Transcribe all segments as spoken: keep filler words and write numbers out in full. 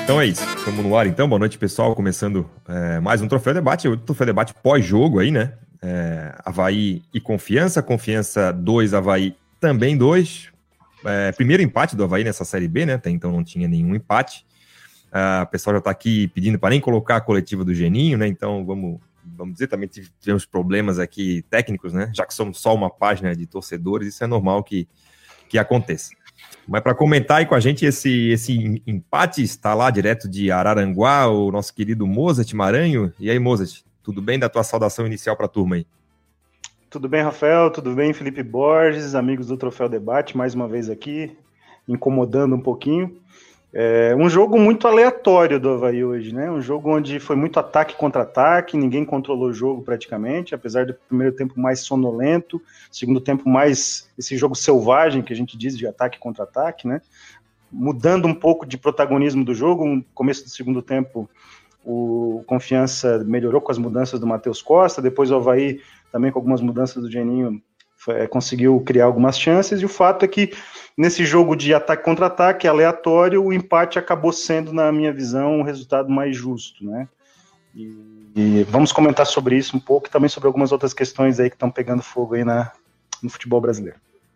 Então é isso, estamos no ar então, boa noite pessoal, começando é, mais um Troféu Debate, o Troféu Debate pós-jogo aí, né, é, Avaí e Confiança, Confiança dois, Avaí também dois, é, primeiro empate do Avaí nessa Série B, né, até então não tinha nenhum empate, uh, o pessoal já tá aqui pedindo para nem colocar a coletiva do Geninho, né, então vamos, vamos dizer, também tivemos problemas aqui técnicos, né, já que somos só uma página de torcedores, isso é normal que, que aconteça. Mas para comentar aí com a gente esse, esse empate, está lá direto de Araranguá, o nosso querido Mozart Maranho. E aí, Mozart, tudo bem? Da tua saudação inicial para a turma aí. Tudo bem, Rafael? Tudo bem, Felipe Borges, amigos do Troféu Debate, mais uma vez aqui, incomodando um pouquinho. É um jogo muito aleatório do Avaí hoje, né? Um jogo onde foi muito ataque contra ataque, ninguém controlou o jogo praticamente, apesar do primeiro tempo mais sonolento, segundo tempo mais esse jogo selvagem que a gente diz de ataque contra ataque, né? Mudando um pouco de protagonismo do jogo, no começo do segundo tempo o Confiança melhorou com as mudanças do Matheus Costa, depois o Avaí também com algumas mudanças do Geninho foi, conseguiu criar algumas chances, e o fato é que nesse jogo de ataque contra ataque aleatório, o empate acabou sendo, na minha visão, um resultado mais justo, né? E, e vamos comentar sobre isso um pouco e também sobre algumas outras questões aí que estão pegando fogo aí na, no futebol brasileiro.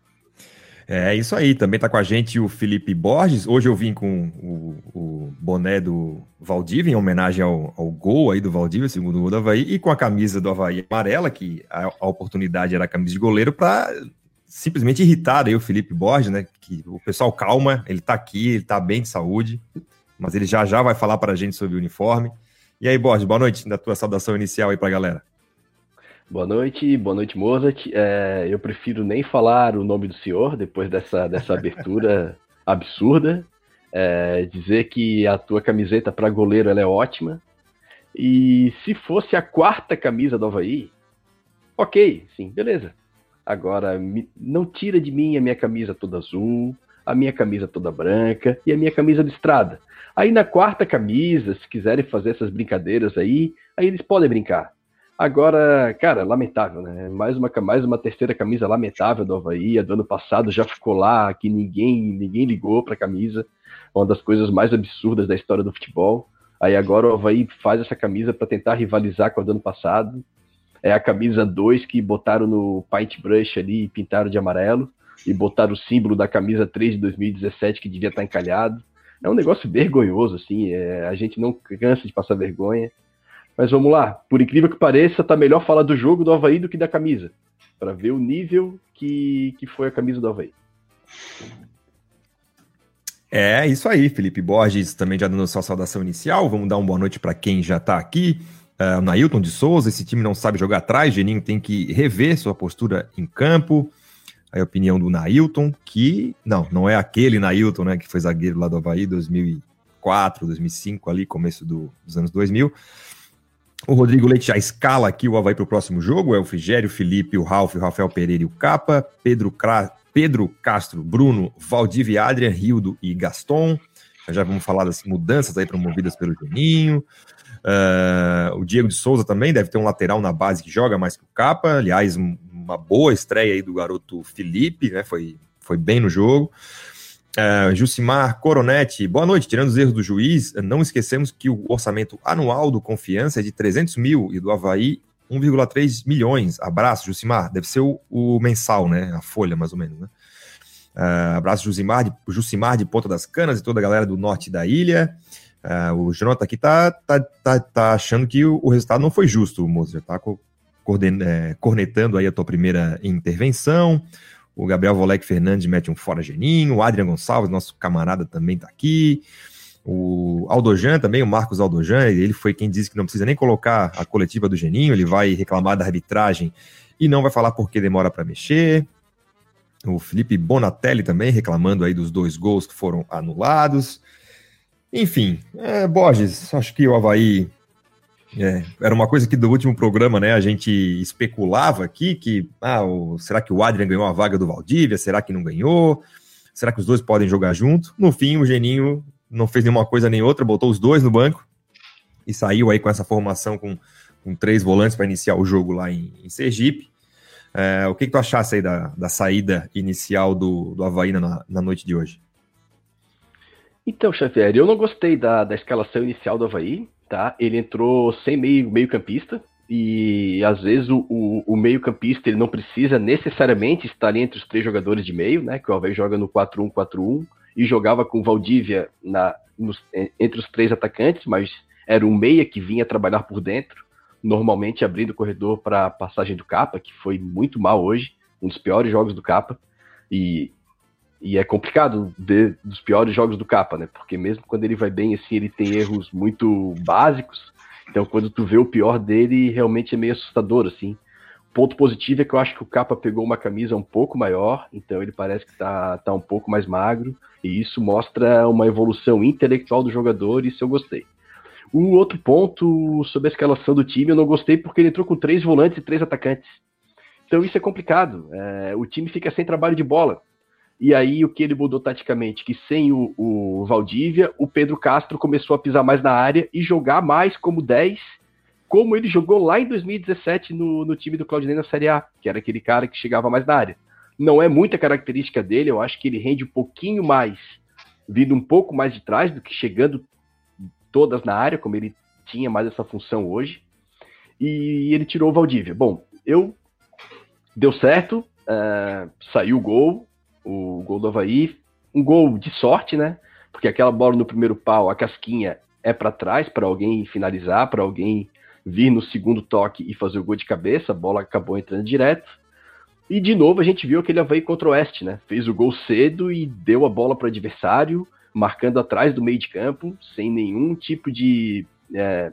É isso aí, também tá com a gente o Felipe Borges. Hoje eu vim com o, o boné do Valdívia, em homenagem ao, ao gol aí do Valdívia, segundo gol do Avaí, e com a camisa do Avaí amarela, que a, a oportunidade era a camisa de goleiro, para simplesmente irritar aí o Felipe Borges, né? Que o pessoal calma, ele tá aqui, ele tá bem de saúde, mas ele já já vai falar para a gente sobre o uniforme. E aí, Borges, boa noite, da tua saudação inicial aí pra galera. Boa noite, boa noite, Mozart. É, eu prefiro nem falar o nome do senhor depois dessa, dessa abertura absurda. É, dizer que a tua camiseta para goleiro ela é ótima. E se fosse a quarta camisa do Avaí, ok, sim, beleza. Agora, me, não tira de mim a minha camisa toda azul, a minha camisa toda branca e a minha camisa listrada. Aí na quarta camisa, se quiserem fazer essas brincadeiras aí, aí eles podem brincar. Agora, cara, lamentável, né? Mais uma, mais uma terceira camisa lamentável do Avaí. A do ano passado já ficou lá, que ninguém, ninguém ligou pra camisa. Uma das coisas mais absurdas da história do futebol. Aí agora o Avaí faz essa camisa para tentar rivalizar com a do ano passado. É a camisa dois que botaram no paintbrush ali e pintaram de amarelo. E botaram o símbolo da camisa três de dois mil e dezessete que devia estar encalhado. É um negócio vergonhoso, assim. É, a gente não cansa de passar vergonha. Mas vamos lá, por incrível que pareça, tá melhor falar do jogo do Avaí do que da camisa, para ver o nível que, que foi a camisa do Avaí. É isso aí, Felipe Borges também já dando sua saudação inicial. Vamos dar uma boa noite para quem já tá aqui. Uh, o Nailton de Souza, esse time não sabe jogar atrás, Geninho tem que rever sua postura em campo. Aí a opinião do Nailton, que não, não é aquele Nailton, né, que foi zagueiro lá do Avaí, dois mil e quatro, dois mil e cinco, ali, começo do, dos anos dois mil. O Rodrigo Leite já escala aqui o Avaí para o próximo jogo, é o Frigério, o Felipe, o Ralf, o Rafael Pereira e o Capa, Pedro, Cra... Pedro Castro, Bruno, Valdívia, Adrian, Rildo e Gaston. Já vamos falar das mudanças aí promovidas pelo Juninho. Uh, o Diego de Souza também deve ter um lateral na base que joga mais que o Capa. Aliás, uma boa estreia aí do garoto Felipe, né? Foi, foi bem no jogo. Uh, Jucimar Coronetti, boa noite. Tirando os erros do juiz, não esquecemos que o orçamento anual do Confiança é de trezentos mil e do Avaí um vírgula três milhões. Abraço, Jucimar. Deve ser o, o mensal, né? A folha, mais ou menos, né? Uh, abraço, Jucimar de, Jucimar de Ponta das Canas e toda a galera do norte da ilha. Uh, o Jonathan aqui tá, tá, tá, tá achando que o, o resultado não foi justo, moço. Já tá co- coorden- é, cornetando aí a tua primeira intervenção. O Gabriel Volek Fernandes mete um fora Geninho, o Adrian Gonçalves, nosso camarada, também tá aqui. O Aldojan também, o Marcos Aldojan, ele foi quem disse que não precisa nem colocar a coletiva do Geninho, ele vai reclamar da arbitragem e não vai falar por que demora para mexer. O Felipe Bonatelli também reclamando aí dos dois gols que foram anulados. Enfim, é, Borges, acho que o Avaí... É, era uma coisa que do último programa, né, a gente especulava aqui que, ah, o, será que o Adrian ganhou a vaga do Valdívia? Será que não ganhou? Será que os dois podem jogar junto? No fim, o Geninho não fez nenhuma coisa nem outra, botou os dois no banco e saiu aí com essa formação com, com três volantes para iniciar o jogo lá em, em Sergipe. É, o que, que tu achasse aí da, da saída inicial do, do Avaí na, na noite de hoje? Então, Xavier, eu não gostei da, da escalação inicial do Avaí, tá? Ele entrou sem meio, meio campista, e às vezes o, o, o meio campista ele não precisa necessariamente estar ali entre os três jogadores de meio, né? Que o Avaí joga no quatro um quatro um, e jogava com Valdívia na, nos, entre os três atacantes, mas era um meia que vinha trabalhar por dentro, normalmente abrindo o corredor para a passagem do Capa, que foi muito mal hoje, um dos piores jogos do Capa, e... E é complicado ver dos piores jogos do Capa, né? Porque mesmo quando ele vai bem, assim, ele tem erros muito básicos. Então, quando tu vê o pior dele, realmente é meio assustador, assim. Ponto positivo é que eu acho que o Capa pegou uma camisa um pouco maior, então ele parece que tá, tá um pouco mais magro, e isso mostra uma evolução intelectual do jogador, e isso eu gostei. O outro ponto sobre a escalação do time, eu não gostei porque ele entrou com três volantes e três atacantes. Então isso é complicado. É, o time fica sem trabalho de bola. E aí o que ele mudou taticamente? Que sem o, o Valdívia, o Pedro Castro começou a pisar mais na área e jogar mais como dez, como ele jogou lá em dois mil e dezessete no, no time do Claudinei na Série A, que era aquele cara que chegava mais na área. Não é muita característica dele, eu acho que ele rende um pouquinho mais, vindo um pouco mais de trás do que chegando todas na área, como ele tinha mais essa função hoje. E ele tirou o Valdívia. Bom, eu deu certo, uh, saiu o gol, o gol do Avaí, um gol de sorte, né? Porque aquela bola no primeiro pau, a casquinha é para trás, para alguém finalizar, para alguém vir no segundo toque e fazer o gol de cabeça, a bola acabou entrando direto. E de novo a gente viu aquele Avaí contra o Oeste, né? Fez o gol cedo e deu a bola para o adversário, marcando atrás do meio de campo, sem nenhum tipo de, é,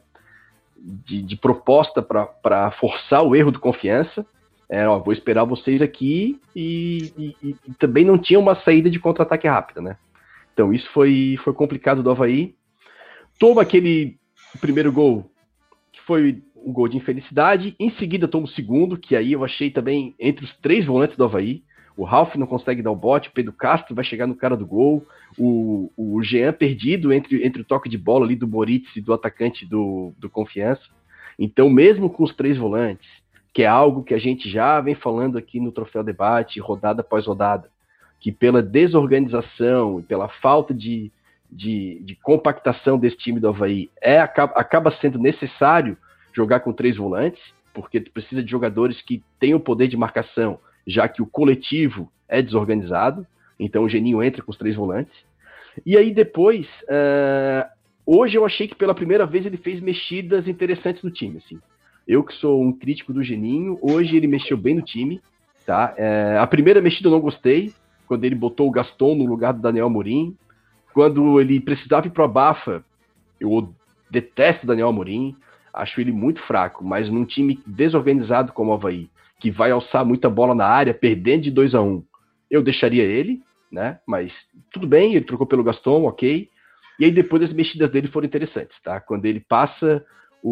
de, de proposta para forçar o erro do Confiança. É, ó, vou esperar vocês aqui, e, e, e também não tinha uma saída de contra-ataque rápida, né? Então isso foi, foi complicado do Avaí. Toma aquele primeiro gol, que foi um gol de infelicidade, em seguida toma o segundo, que aí eu achei também entre os três volantes do Avaí. O Ralf não consegue dar o bote, o Pedro Castro vai chegar no cara do gol, o, o Jean perdido entre, entre o toque de bola ali do Moritz e do atacante do, do Confiança. Então mesmo com os três volantes, que é algo que a gente já vem falando aqui no Troféu Debate, rodada após rodada, que pela desorganização e pela falta de, de, de compactação desse time do Avaí, é, acaba, acaba sendo necessário jogar com três volantes, porque tu precisa de jogadores que tenham poder de marcação, já que o coletivo é desorganizado, então o Geninho entra com os três volantes. E aí depois, uh, hoje eu achei que pela primeira vez ele fez mexidas interessantes no time, assim. Eu que sou um crítico do Geninho, hoje ele mexeu bem no time, tá? É, a primeira mexida eu não gostei, quando ele botou o Gaston no lugar do Daniel Amorim. Quando ele precisava ir pro Abafa, eu detesto o Daniel Amorim, acho ele muito fraco, mas num time desorganizado como o Avaí, que vai alçar muita bola na área, perdendo de dois a um, eu deixaria ele, né? Mas tudo bem, ele trocou pelo Gaston, ok. E aí depois as mexidas dele foram interessantes, tá? Quando ele passa...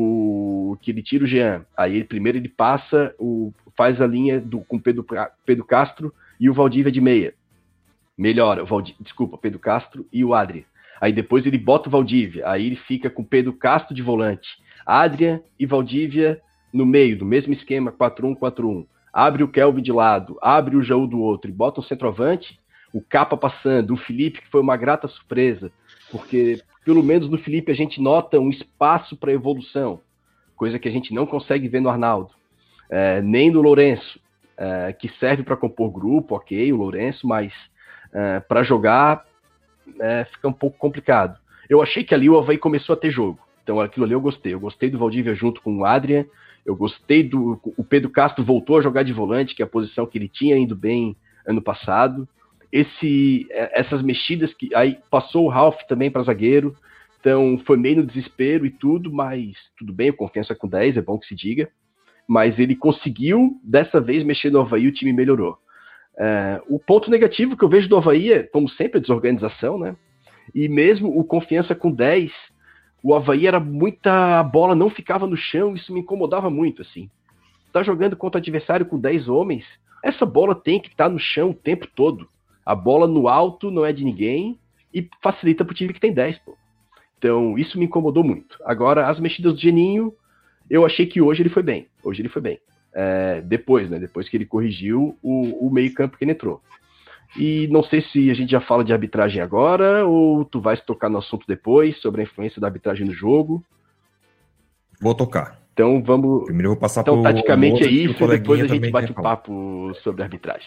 o que ele tira o Jean, aí ele, primeiro ele passa, o, faz a linha do, com Pedro, Pedro Castro e o Valdívia de meia, melhora, o Valdi, desculpa, Pedro Castro e o Adrian, aí depois ele bota o Valdívia, aí ele fica com Pedro Castro de volante, Adrian e Valdívia no meio, do mesmo esquema, quatro um quatro um, abre o Kelvin de lado, abre o Jaú do outro e bota um centroavante, o Capa passando, o Felipe, que foi uma grata surpresa, porque pelo menos no Felipe a gente nota um espaço para evolução, coisa que a gente não consegue ver no Arnaldo, é, nem no Lourenço, é, que serve para compor grupo, ok, o Lourenço, mas é, para jogar é, fica um pouco complicado. Eu achei que ali o Avaí começou a ter jogo, então aquilo ali eu gostei, eu gostei do Valdívia junto com o Adrian, eu gostei do... o Pedro Castro voltou a jogar de volante, que é a posição que ele tinha indo bem ano passado. Esse, essas mexidas que aí passou o Ralf também para zagueiro, então foi meio no desespero e tudo, mas tudo bem, o Confiança com dez, é bom que se diga, mas ele conseguiu dessa vez mexer no Avaí, o time melhorou. É, o ponto negativo que eu vejo do Avaí é, como sempre, a desorganização, né? E mesmo o Confiança com dez, o Avaí era muita, a bola não ficava no chão, isso me incomodava muito, assim. Tá jogando contra adversário com dez homens, essa bola tem que estar no chão o tempo todo. A bola no alto não é de ninguém e facilita para o time que tem dez, pô. Então, isso me incomodou muito. Agora, as mexidas do Geninho, eu achei que hoje ele foi bem. Hoje ele foi bem. É, depois, né? Depois que ele corrigiu o, o meio-campo que ele entrou. E não sei se a gente já fala de arbitragem agora ou tu vais tocar no assunto depois, sobre a influência da arbitragem no jogo. Vou tocar. Então vamos... Primeiro eu vou passar então, pro taticamente é isso, e depois a gente bate um falar. papo sobre a arbitragem.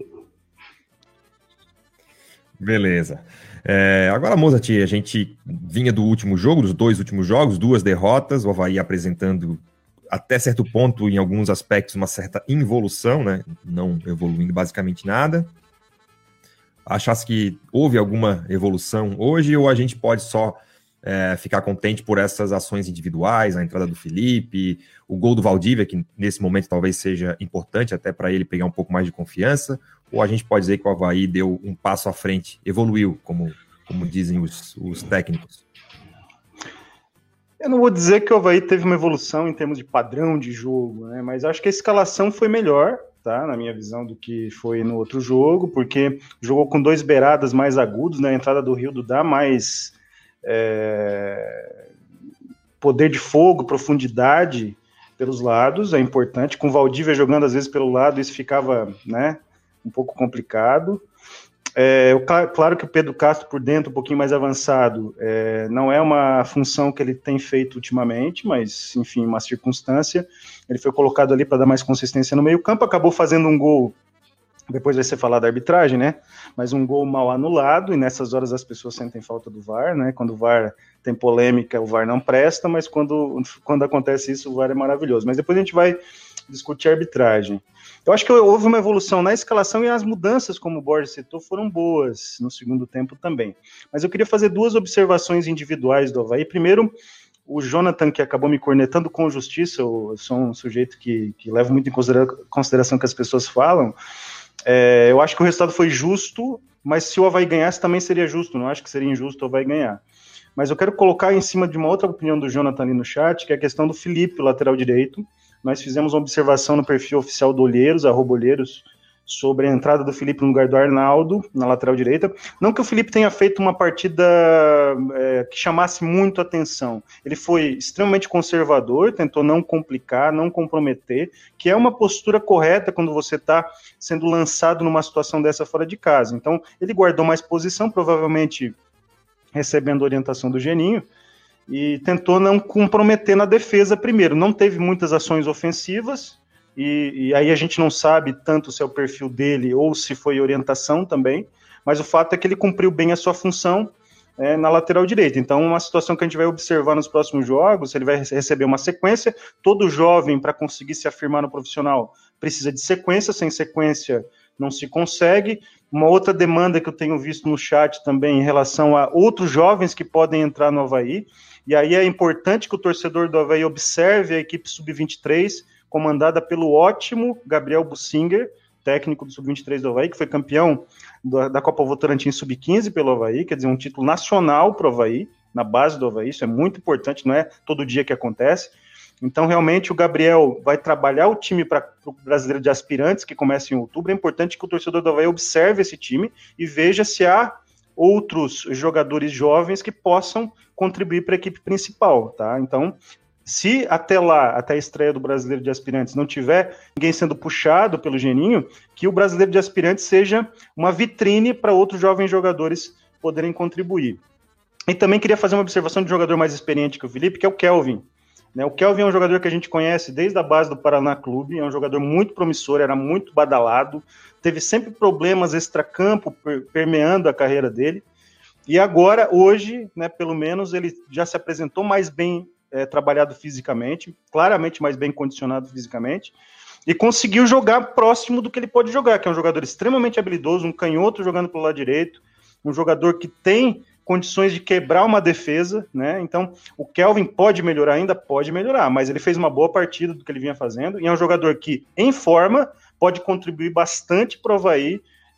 Beleza. É, agora, Mozart, a gente vinha do último jogo, dos dois últimos jogos, duas derrotas, o Avaí apresentando até certo ponto, em alguns aspectos, uma certa involução, né? Não evoluindo basicamente nada. Achasse que houve alguma evolução hoje ou a gente pode só é, ficar contente por essas ações individuais, a entrada do Felipe, o gol do Valdívia, que nesse momento talvez seja importante até para ele pegar um pouco mais de confiança, ou a gente pode dizer que o Avaí deu um passo à frente, evoluiu, como, como dizem os, os técnicos? Eu não vou dizer que o Avaí teve uma evolução em termos de padrão de jogo, né? Mas acho que a escalação foi melhor, tá? Na minha visão, do que foi no outro jogo, porque jogou com dois beiradas mais agudos, né? A entrada do Rildo dá mais é, poder de fogo, profundidade pelos lados, é importante. Com o Valdívia jogando às vezes pelo lado, isso ficava, né, um pouco complicado. É, claro que o Pedro Castro por dentro, um pouquinho mais avançado, é, não é uma função que ele tem feito ultimamente, mas, enfim, uma circunstância. Ele foi colocado ali para dar mais consistência no meio campo, acabou fazendo um gol, depois vai ser falar da arbitragem, né? Mas um gol mal anulado, e nessas horas as pessoas sentem falta do V A R, né? Quando o V A R tem polêmica, o V A R não presta, mas quando, quando acontece isso, o V A R é maravilhoso. Mas depois a gente vai discutir a arbitragem. Eu acho que houve uma evolução na escalação e as mudanças, como o Borges citou, foram boas no segundo tempo também. Mas eu queria fazer duas observações individuais do Avaí. Primeiro, o Jonathan, que acabou me cornetando com justiça, eu sou um sujeito que, que leva muito em consideração o que as pessoas falam. É, eu acho que o resultado foi justo, mas se o Avaí ganhasse também seria justo, não acho que seria injusto o Avaí ganhar. Mas eu quero colocar em cima de uma outra opinião do Jonathan ali no chat, que é a questão do Felipe, o lateral direito. Nós fizemos uma observação no perfil oficial do Olheiros, arroba Olheiros, sobre a entrada do Felipe no lugar do Arnaldo, na lateral direita. Não que o Felipe tenha feito uma partida é, que chamasse muito atenção. Ele foi extremamente conservador, tentou não complicar, não comprometer, que é uma postura correta quando você está sendo lançado numa situação dessa fora de casa. Então, ele guardou mais posição, provavelmente recebendo orientação do Geninho, e tentou não comprometer na defesa primeiro. Não teve muitas ações ofensivas, e, e aí a gente não sabe tanto se é o perfil dele ou se foi orientação também, mas o fato é que ele cumpriu bem a sua função é, na lateral direita. Então, uma situação que a gente vai observar nos próximos jogos, ele vai receber uma sequência. Todo jovem, para conseguir se afirmar no profissional, precisa de sequência, sem sequência não se consegue. Uma outra demanda que eu tenho visto no chat também em relação a outros jovens que podem entrar no Avaí, e aí é importante que o torcedor do Avaí observe a equipe sub vinte e três, comandada pelo ótimo Gabriel Bussinger, técnico do sub vinte e três do Avaí, que foi campeão da, da Copa Votorantim sub quinze pelo Avaí, quer dizer, um título nacional para o Avaí, na base do Avaí, isso é muito importante, não é todo dia que acontece. Então, realmente, o Gabriel vai trabalhar o time para o Brasileiro de Aspirantes, que começa em outubro. É importante que o torcedor do Avaí observe esse time e veja se há outros jogadores jovens que possam contribuir para a equipe principal, tá? Então, se até lá, até a estreia do Brasileiro de Aspirantes, não tiver ninguém sendo puxado pelo Geninho, que o Brasileiro de Aspirantes seja uma vitrine para outros jovens jogadores poderem contribuir. E também queria fazer uma observação de um jogador mais experiente que o Felipe, que é o Kelvin. O Kelvin é um jogador que a gente conhece desde a base do Paraná Clube, é um jogador muito promissor, era muito badalado, teve sempre problemas extracampo permeando a carreira dele, e agora, hoje, né, pelo menos, ele já se apresentou mais bem é, trabalhado fisicamente, claramente mais bem condicionado fisicamente, e conseguiu jogar próximo do que ele pode jogar, que é um jogador extremamente habilidoso, um canhoto jogando pelo lado direito, um jogador que tem condições de quebrar uma defesa, né? Então, o Kelvin pode melhorar ainda? Pode melhorar, mas ele fez uma boa partida do que ele vinha fazendo, e é um jogador que, em forma, pode contribuir bastante para o Avaí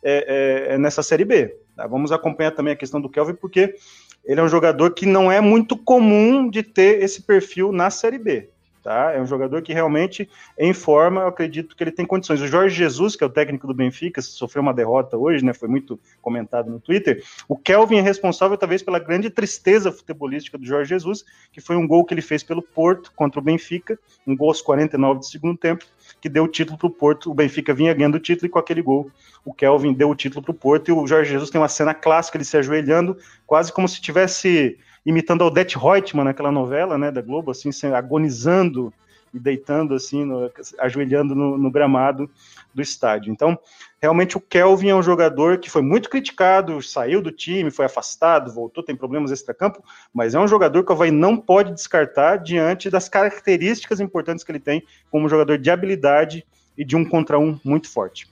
é, é, nessa Série B. Tá? Vamos acompanhar também a questão do Kelvin, porque ele é um jogador que não é muito comum de ter esse perfil na Série B. tá? É um jogador que realmente, em forma, eu acredito que ele tem condições. O Jorge Jesus, que é o técnico do Benfica, sofreu uma derrota hoje, né? Foi muito comentado no Twitter. O Kelvin é responsável, talvez, pela grande tristeza futebolística do Jorge Jesus, que foi um gol que ele fez pelo Porto contra o Benfica, um gol aos quarenta e nove do segundo tempo, que deu o título para o Porto. O Benfica vinha ganhando o título e com aquele gol o Kelvin deu o título para o Porto. E o Jorge Jesus tem uma cena clássica, ele se ajoelhando, quase como se tivesse imitando a Odete Reutemann naquela novela, né, da Globo, assim, agonizando e deitando, assim, no, ajoelhando no, no gramado do estádio. Então, realmente o Kelvin é um jogador que foi muito criticado, saiu do time, foi afastado, voltou, tem problemas extracampo, mas é um jogador que o Avaí não pode descartar diante das características importantes que ele tem como jogador de habilidade e de um contra um muito forte.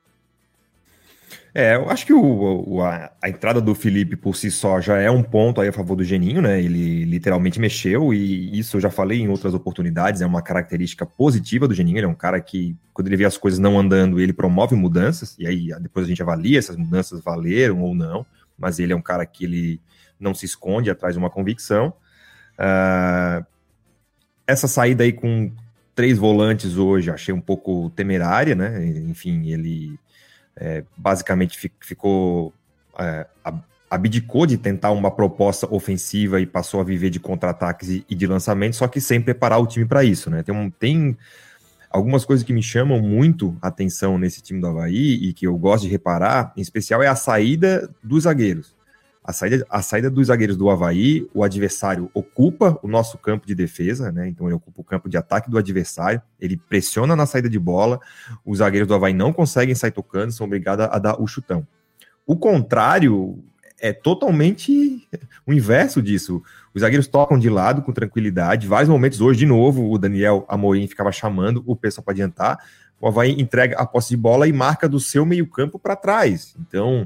É, eu acho que o, o, a, a entrada do Felipe por si só já é um ponto aí a favor do Geninho, né? Ele literalmente mexeu e isso eu já falei em outras oportunidades, é uma característica positiva do Geninho. Ele é um cara que, quando ele vê as coisas não andando, ele promove mudanças e aí depois a gente avalia se essas mudanças valeram ou não, mas ele é um cara que ele não se esconde atrás de uma convicção. Uh, essa saída aí com três volantes hoje, achei um pouco temerária, né? Enfim, ele... É, basicamente ficou é, abdicou de tentar uma proposta ofensiva e passou a viver de contra-ataques e, e de lançamento, só que sem preparar o time para isso, né? Tem, um, tem algumas coisas que me chamam muito a atenção nesse time do Avaí e que eu gosto de reparar, em especial é a saída dos zagueiros. A saída, a saída dos zagueiros do Avaí, o adversário ocupa o nosso campo de defesa, né? Então ele ocupa o campo de ataque do adversário, ele pressiona na saída de bola, os zagueiros do Avaí não conseguem sair tocando, são obrigados a dar o chutão. O contrário é totalmente o inverso disso. Os zagueiros tocam de lado com tranquilidade, vários momentos hoje, de novo, o Daniel Amorim ficava chamando o pessoal para adiantar, o Avaí entrega a posse de bola e marca do seu meio campo para trás. Então...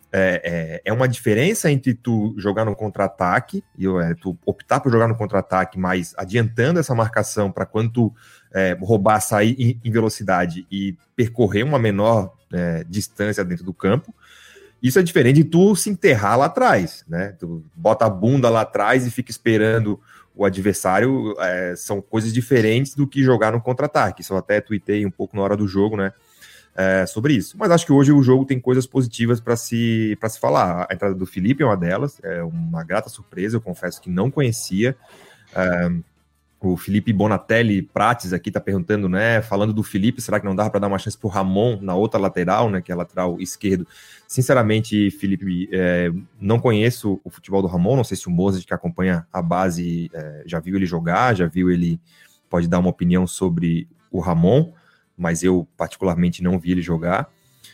É, é, é uma diferença entre tu jogar no contra-ataque e é, tu optar por jogar no contra-ataque, mas adiantando essa marcação para quando tu é, roubar, sair em, em velocidade e percorrer uma menor é, distância dentro do campo. Isso é diferente de tu se enterrar lá atrás, né? Tu bota a bunda lá atrás e fica esperando o adversário. É, são coisas diferentes do que jogar no contra-ataque. Isso eu até tuitei um pouco na hora do jogo, né? É, sobre isso, mas acho que hoje o jogo tem coisas positivas para se, para se falar. A entrada do Felipe é uma delas, é uma grata surpresa, eu confesso que não conhecia. É, o Felipe Bonatelli Prates aqui está perguntando, né, falando do Felipe, será que não dava para dar uma chance para o Ramon na outra lateral, né, que é a lateral esquerdo? Sinceramente, Felipe, é, não conheço o futebol do Ramon, não sei se o Mozart que acompanha a base é, já viu ele jogar, já viu ele, pode dar uma opinião sobre o Ramon, mas eu particularmente não vi ele jogar.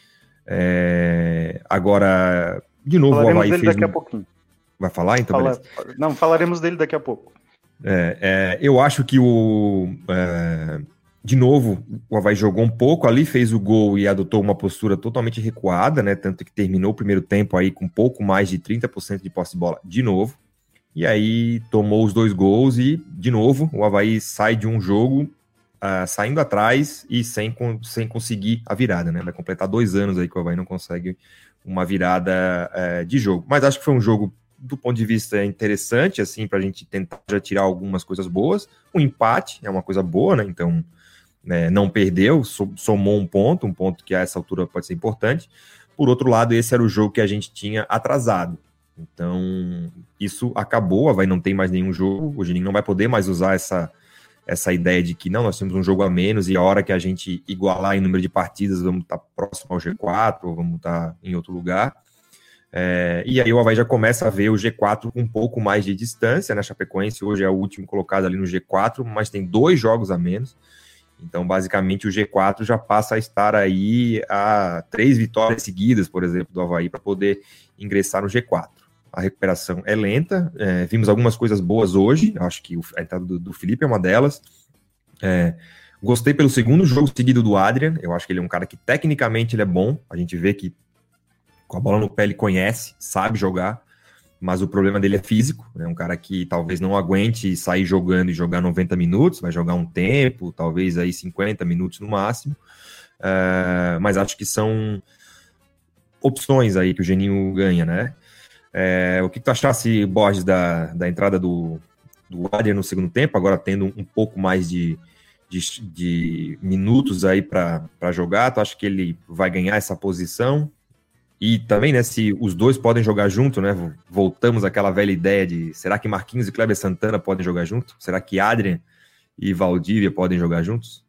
É... Agora, de novo, falaremos o Avaí dele fez... daqui a pouquinho. Vai falar? Então, Fala... Não, falaremos dele daqui a pouco. É, é, eu acho que o... É... De novo, o Avaí jogou um pouco ali, fez o gol e adotou uma postura totalmente recuada, né? Tanto que terminou o primeiro tempo aí com um pouco mais de trinta por cento de posse de bola de novo. E aí tomou os dois gols e, de novo, o Avaí sai de um jogo... Uh, saindo atrás e sem, sem conseguir a virada, né? Vai completar dois anos aí que o Avaí não consegue uma virada uh, de jogo. Mas acho que foi um jogo, do ponto de vista interessante, assim, pra gente tentar já tirar algumas coisas boas. Um empate é uma coisa boa, né? Então, né, não perdeu, somou um ponto, um ponto que a essa altura pode ser importante. Por outro lado, esse era o jogo que a gente tinha atrasado. Então, isso acabou, o Avaí não tem mais nenhum jogo, o Geninho não vai poder mais usar essa... essa ideia de que não, nós temos um jogo a menos e a hora que a gente igualar em número de partidas vamos estar próximo ao G quatro ou vamos estar em outro lugar. É, e aí o Avaí já começa a ver o G quatro com um pouco mais de distância, né? Chapecoense hoje é o último colocado ali no G quatro, mas tem dois jogos a menos. Então, basicamente, o G quatro já passa a estar aí a três vitórias seguidas, por exemplo, do Avaí para poder ingressar no G quatro. A recuperação é lenta, é, vimos algumas coisas boas hoje, acho que a entrada do, do Felipe é uma delas. É, gostei pelo segundo jogo seguido do Adrian, eu acho que ele é um cara que tecnicamente ele é bom, a gente vê que com a bola no pé ele conhece, sabe jogar, mas o problema dele é físico, é um cara que talvez não aguente sair jogando e jogar noventa minutos, vai jogar um tempo, talvez aí cinquenta minutos no máximo, é, mas acho que são opções aí que o Geninho ganha, né? É, o que tu achasse, Borges, da, da entrada do, do Adrian no segundo tempo, agora tendo um pouco mais de, de, de minutos aí para jogar. Tu acha que ele vai ganhar essa posição? E também, né, se os dois podem jogar junto, né, voltamos àquela velha ideia de, será que Marquinhos e Kleber Santana podem jogar junto? Será que Adrian e Valdívia podem jogar juntos?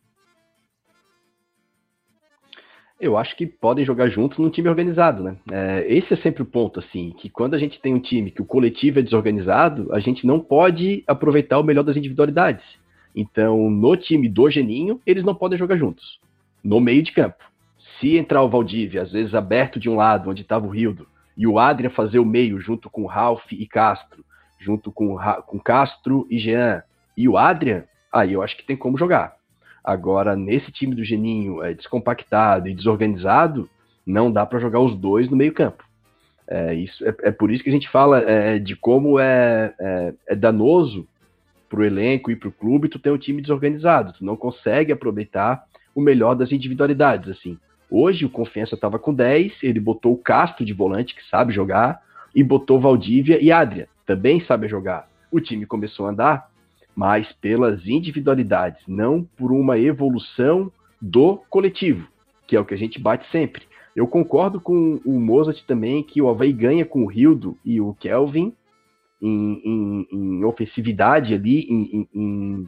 Eu acho que podem jogar juntos num time organizado, né? É, esse é sempre o ponto, assim, que quando a gente tem um time que o coletivo é desorganizado, a gente não pode aproveitar o melhor das individualidades. Então, no time do Geninho, eles não podem jogar juntos, no meio de campo. Se entrar o Valdívia, às vezes aberto de um lado, onde estava o Rildo, e o Adrian fazer o meio junto com Ralf e Castro, junto com, com Castro e Jean, e o Adrian, aí eu acho que tem como jogar. Agora, nesse time do Geninho é, descompactado e desorganizado, não dá para jogar os dois no meio campo. É, isso, é, é por isso que a gente fala é, de como é, é, é danoso para o elenco e para o clube tu ter um time desorganizado. Tu não consegue aproveitar o melhor das individualidades, assim. Hoje o Confiança estava com dez, ele botou o Castro de volante, que sabe jogar, e botou Valdívia e Adrian, também sabe jogar. O time começou a andar, mas pelas individualidades, não por uma evolução do coletivo, que é o que a gente bate sempre. Eu concordo com o Mozart também, que o Avaí ganha com o Rildo e o Kelvin em, em, em ofensividade ali, em... em, em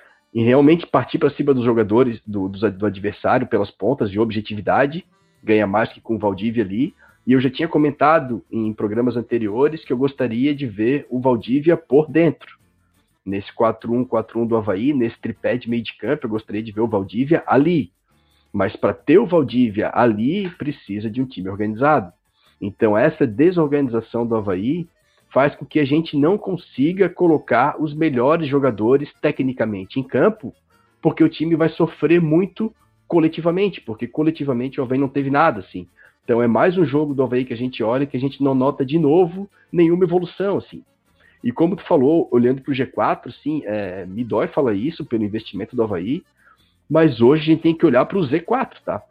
e realmente partir para cima dos jogadores, do, do, do adversário pelas pontas de objetividade, ganha mais que com o Valdívia ali, e eu já tinha comentado em programas anteriores que eu gostaria de ver o Valdívia por dentro, nesse quatro um quatro um do Avaí, nesse tripé de meio de campo, eu gostaria de ver o Valdívia ali, mas para ter o Valdívia ali, precisa de um time organizado, então essa desorganização do Avaí faz com que a gente não consiga colocar os melhores jogadores tecnicamente em campo, porque o time vai sofrer muito coletivamente, porque coletivamente o Avaí não teve nada, assim. Então é mais um jogo do Avaí que a gente olha que a gente não nota de novo nenhuma evolução, assim. E como tu falou, olhando para o G quatro, sim, é, me dói falar isso pelo investimento do Avaí, mas hoje a gente tem que olhar para o Z quatro, tá?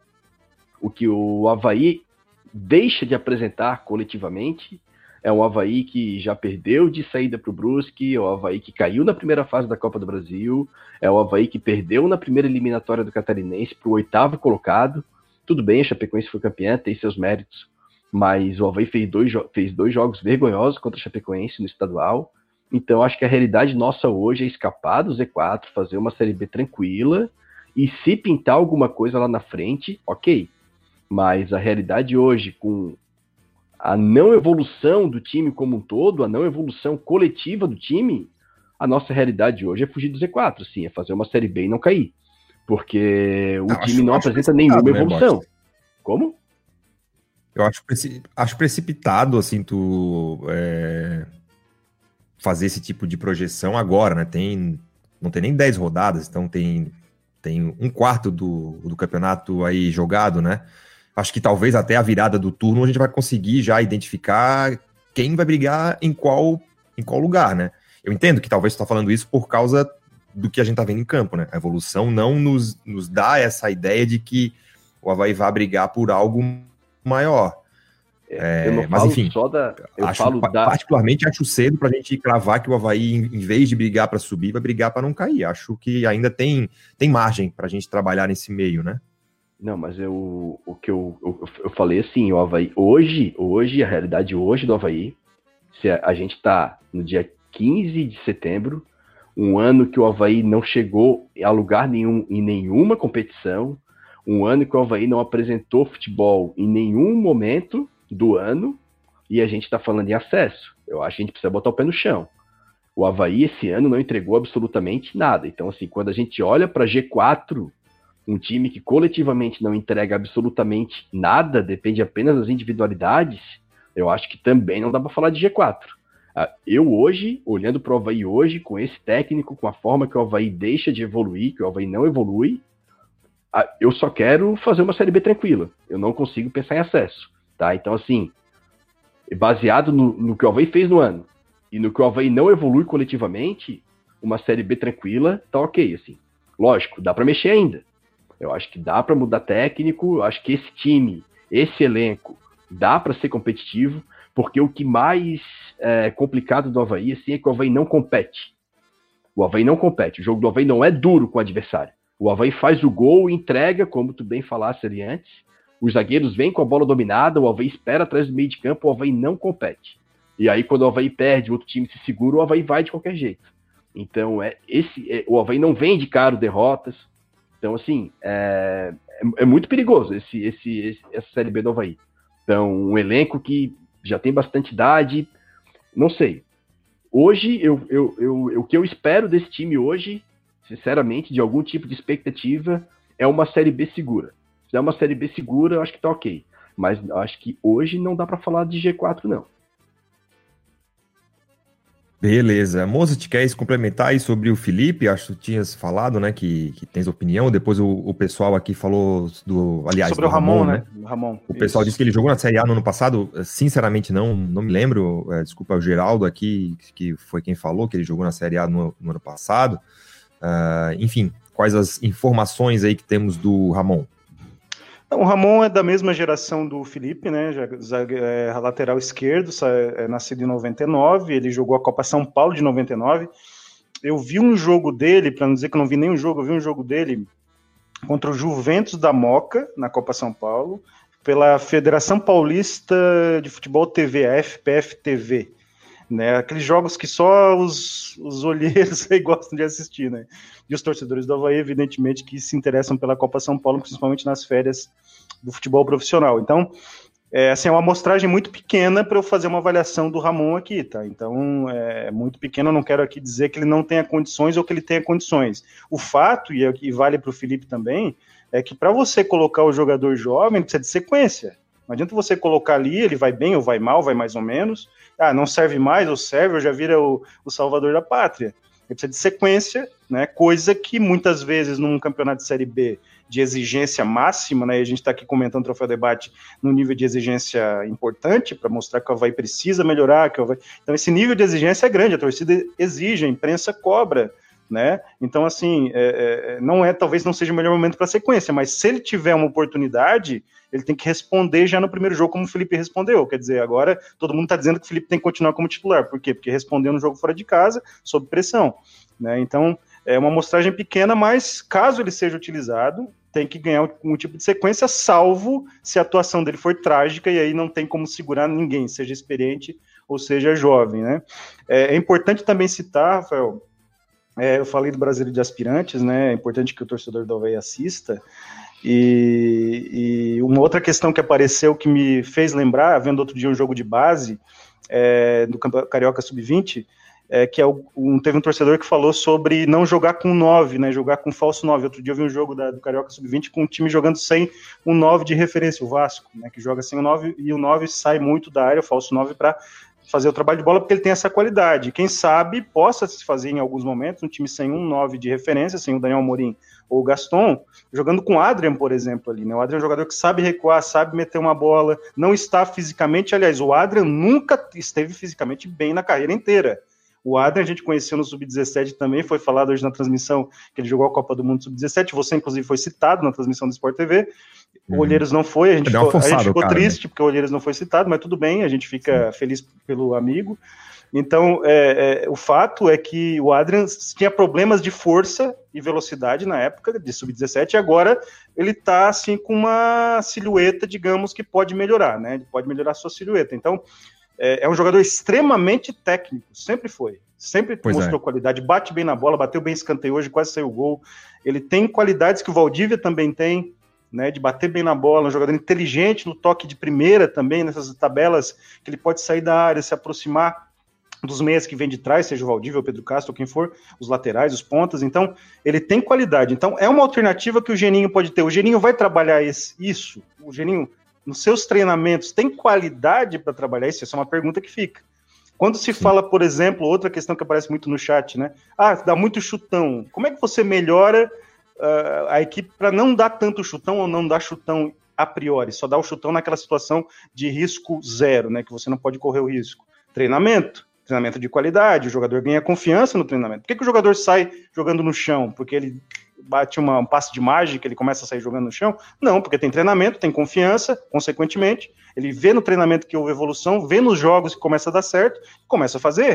O que o Avaí deixa de apresentar coletivamente é um Avaí que já perdeu de saída para o Brusque, é o Avaí que caiu na primeira fase da Copa do Brasil, é o Avaí que perdeu na primeira eliminatória do Catarinense para o oitavo colocado. Tudo bem, a Chapecoense foi campeã, tem seus méritos, mas o Avaí fez dois, fez dois jogos vergonhosos contra a Chapecoense no estadual. Então acho que a realidade nossa hoje é escapar do Z quatro, fazer uma Série B tranquila, e se pintar alguma coisa lá na frente, ok. Mas a realidade hoje, com a não evolução do time como um todo, a não evolução coletiva do time, a nossa realidade hoje é fugir do Z quatro, sim, é fazer uma Série B e não cair. Porque o não, time acho, não acho apresenta nenhuma evolução. Né, como? Eu acho, acho precipitado, assim, tu é, fazer esse tipo de projeção agora, né? Tem, não tem nem dez rodadas, então tem, tem um quarto do, do campeonato aí jogado, né? Acho que talvez até a virada do turno a gente vai conseguir já identificar quem vai brigar em qual, em qual lugar, né? Eu entendo que talvez você está falando isso por causa do que a gente está vendo em campo, né? A evolução não nos, nos dá essa ideia de que o Avaí vai brigar por algo maior. É, eu não mas falo enfim, só da, eu acho, falo da... particularmente acho cedo para a gente cravar que o Avaí, em vez de brigar para subir, vai brigar para não cair. Acho que ainda tem, tem margem para a gente trabalhar nesse meio, né? Não, mas eu, o que eu, eu, eu falei assim, o Avaí, hoje, hoje, a realidade hoje do Avaí, se a, a gente está no dia quinze de setembro, um ano que o Avaí não chegou a lugar nenhum em nenhuma competição, um ano que o Avaí não apresentou futebol em nenhum momento do ano, e a gente está falando em acesso. Eu acho que a gente precisa botar o pé no chão. O Avaí esse ano não entregou absolutamente nada. Então, assim, quando a gente olha para G quatro, um time que coletivamente não entrega absolutamente nada, depende apenas das individualidades, eu acho que também não dá para falar de G quatro. Eu hoje, olhando para o Avaí hoje, com esse técnico, com a forma que o Avaí deixa de evoluir, que o Avaí não evolui, eu só quero fazer uma Série B tranquila. Eu não consigo pensar em acesso. Tá? Então, assim, baseado no, no que o Avaí fez no ano e no que o Avaí não evolui coletivamente, uma Série B tranquila tá ok. Assim. Lógico, dá para mexer ainda. Eu acho que dá para mudar técnico, eu acho que esse time, esse elenco, dá para ser competitivo, porque o que mais é complicado do Avaí assim, é que o Avaí não compete. O Avaí não compete. O jogo do Avaí não é duro com o adversário. O Avaí faz o gol e entrega, como tu bem falaste ali antes. Os zagueiros vêm com a bola dominada, o Avaí espera atrás do meio de campo, o Avaí não compete. E aí, quando o Avaí perde, o outro time se segura, o Avaí vai de qualquer jeito. Então, é, esse, é, o Avaí não vem de caro derrotas. Então, assim, é, é, é muito perigoso esse, esse, esse, essa Série B do Avaí. Então, um elenco que já tem bastante idade, não sei. Hoje, eu, eu, eu, eu, o que eu espero desse time hoje, sinceramente, de algum tipo de expectativa, é uma Série B segura. Se é uma Série B segura, eu acho que tá ok. Mas acho que hoje não dá para falar de G quatro, não. Beleza. Moça, te queres complementar aí sobre o Felipe? Acho que tu tinhas falado, né, que, que tens opinião. Depois o, o pessoal aqui falou do, aliás, sobre do o Ramon, Ramon, né? O, Ramon, o pessoal disse que ele jogou na Série A no ano passado. Sinceramente, não, não me lembro. É, desculpa, o Geraldo aqui, que foi quem falou que ele jogou na Série A no, no ano passado. Uh, enfim, quais as informações aí que temos do Ramon? O Ramon é da mesma geração do Felipe, né? Já, já, é, lateral esquerdo, é, é nascido em noventa e nove, ele jogou a Copa São Paulo de noventa e nove. Eu vi um jogo dele, para não dizer que eu não vi nenhum jogo, eu vi um jogo dele contra o Juventus da Moca, na Copa São Paulo, pela Federação Paulista de Futebol T V, a F P F T V. Né, aqueles jogos que só os, os olheiros aí gostam de assistir, né? E os torcedores do Avaí, evidentemente, que se interessam pela Copa São Paulo, principalmente nas férias do futebol profissional. Então, é, assim, é uma amostragem muito pequena para eu fazer uma avaliação do Ramon aqui, tá? Então, é muito pequeno, eu não quero aqui dizer que ele não tenha condições ou que ele tenha condições. O fato, e, e vale para o Felipe também, é que para você colocar o jogador jovem, precisa de sequência. Não adianta você colocar ali, ele vai bem ou vai mal, vai mais ou menos. Ah, não serve mais ou serve, ou já vira o, o salvador da pátria. Ele precisa de sequência, né? Coisa que muitas vezes num campeonato de Série B de exigência máxima, né? E a gente está aqui comentando o Troféu Debate num nível de exigência importante para mostrar que o Avaí precisa melhorar. Que o Avaí... Então esse nível de exigência é grande, a torcida exige, a imprensa cobra. Né? Então, assim, é, é, não é, talvez não seja o melhor momento para a sequência, mas se ele tiver uma oportunidade, ele tem que responder já no primeiro jogo como o Felipe respondeu. Quer dizer, agora todo mundo está dizendo que o Felipe tem que continuar como titular. Por quê? Porque respondeu no jogo fora de casa, sob pressão. Né? Então, é uma amostragem pequena, mas caso ele seja utilizado, tem que ganhar um, um tipo de sequência, salvo se a atuação dele for trágica, e aí não tem como segurar ninguém, seja experiente ou seja jovem. Né? É, é importante também citar, Rafael, É, eu falei do Brasileiro de Aspirantes, né? É importante que o torcedor do Avaí assista. E, e uma outra questão que apareceu que me fez lembrar, vendo outro dia um jogo de base é, do Carioca sub vinte, é, que é um, teve um torcedor que falou sobre não jogar com nove, né? Jogar com falso nove. Outro dia eu vi um jogo da, do Carioca sub vinte com um time jogando sem um nove de referência, o Vasco, né? Que joga sem o nove e o nove sai muito da área, o falso nove, para fazer o trabalho de bola, porque ele tem essa qualidade. Quem sabe possa se fazer em alguns momentos um time sem um nove de referência, sem o Daniel Amorim ou o Gaston, jogando com o Adrian, por exemplo, ali, né? O Adrian é um jogador que sabe recuar, sabe meter uma bola, não está fisicamente, aliás, o Adrian nunca esteve fisicamente bem na carreira inteira. O Adrian a gente conheceu no sub dezessete também, foi falado hoje na transmissão que ele jogou a Copa do Mundo sub dezessete, você inclusive foi citado na transmissão do Sport T V, o uhum. Olheiros não foi, a gente ficou, forçado, a gente ficou cara, triste, né? Porque o Olheiros não foi citado, mas tudo bem, a gente fica Sim. feliz pelo amigo. Então, é, é, o fato é que o Adrian tinha problemas de força e velocidade na época de sub dezessete, e agora ele está assim, com uma silhueta, digamos, que pode melhorar, né? Ele pode melhorar a sua silhueta. Então, é, é um jogador extremamente técnico, sempre foi. Sempre pois mostrou é. qualidade, bate bem na bola, bateu bem escanteio hoje, quase saiu o gol. Ele tem qualidades que o Valdívia também tem, né, de bater bem na bola, um jogador inteligente no toque de primeira também, nessas tabelas que ele pode sair da área, se aproximar dos meias que vem de trás, seja o Valdívia, o Pedro Castro, ou quem for, os laterais, os pontas. Então, ele tem qualidade. Então, é uma alternativa que o Geninho pode ter. O Geninho vai trabalhar esse, isso. O Geninho, nos seus treinamentos, tem qualidade para trabalhar isso? Essa é uma pergunta que fica. Quando se Sim. fala, por exemplo, outra questão que aparece muito no chat, né? Ah, dá muito chutão. Como é que você melhora uh, a equipe para não dar tanto chutão ou não dar chutão a priori? Só dar o chutão naquela situação de risco zero, né? Que você não pode correr o risco. Treinamento. Treinamento de qualidade, o jogador ganha confiança no treinamento. Por que, que o jogador sai jogando no chão? Porque ele bate uma, um passe de mágica, ele começa a sair jogando no chão? Não, porque tem treinamento, tem confiança, consequentemente, ele vê no treinamento que houve evolução, vê nos jogos que começa a dar certo, começa a fazer.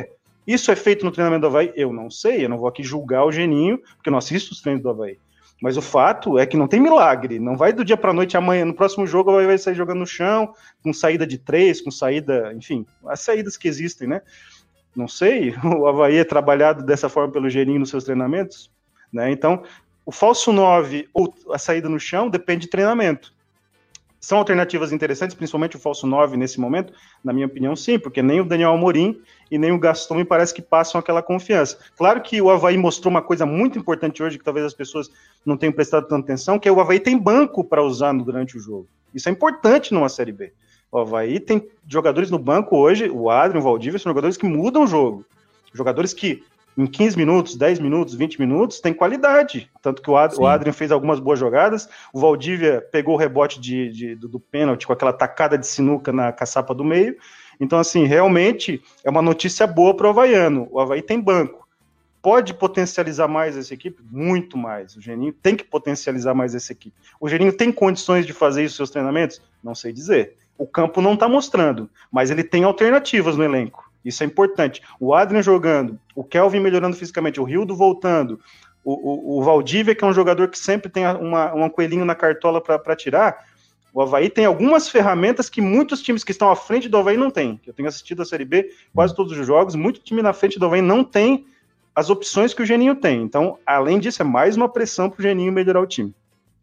Isso é feito no treinamento do Avaí? Eu não sei, eu não vou aqui julgar o Geninho, porque eu não assisto os treinos do Avaí. Mas o fato é que não tem milagre, não vai do dia para a noite, amanhã, no próximo jogo, o Avaí vai sair jogando no chão, com saída de três, com saída, enfim, as saídas que existem, né? Não sei, o Avaí é trabalhado dessa forma pelo Geninho nos seus treinamentos, né? Então, o falso nove ou a saída no chão depende de treinamento. São alternativas interessantes, principalmente o falso nove nesse momento? Na minha opinião, sim, porque nem o Daniel Amorim e nem o Gaston me parece que passam aquela confiança. Claro que o Avaí mostrou uma coisa muito importante hoje, que talvez as pessoas não tenham prestado tanta atenção, que é o Avaí tem banco para usar durante o jogo. Isso é importante numa Série B. O Avaí tem jogadores no banco hoje, o Adrian, o Valdívia, são jogadores que mudam o jogo. Jogadores que em quinze minutos, dez minutos, vinte minutos, tem qualidade. Tanto que o, Ad, o Adrian fez algumas boas jogadas, o Valdívia pegou o rebote de, de, do, do pênalti com aquela tacada de sinuca na caçapa do meio. Então, assim, realmente é uma notícia boa para o havaiano. O Avaí tem banco. Pode potencializar mais essa equipe? Muito mais. O Geninho tem que potencializar mais essa equipe. O Geninho tem condições de fazer isso nos seus treinamentos? Não sei dizer. O campo não está mostrando, mas ele tem alternativas no elenco. Isso é importante. O Adrian jogando, o Kelvin melhorando fisicamente, o Rildo voltando, o, o, o Valdívia, que é um jogador que sempre tem uma, um coelhinho na cartola para tirar. O Avaí tem algumas ferramentas que muitos times que estão à frente do Avaí não têm. Eu tenho assistido a Série B quase todos os jogos, muito time na frente do Avaí não tem as opções que o Geninho tem. Então, além disso, é mais uma pressão para o Geninho melhorar o time.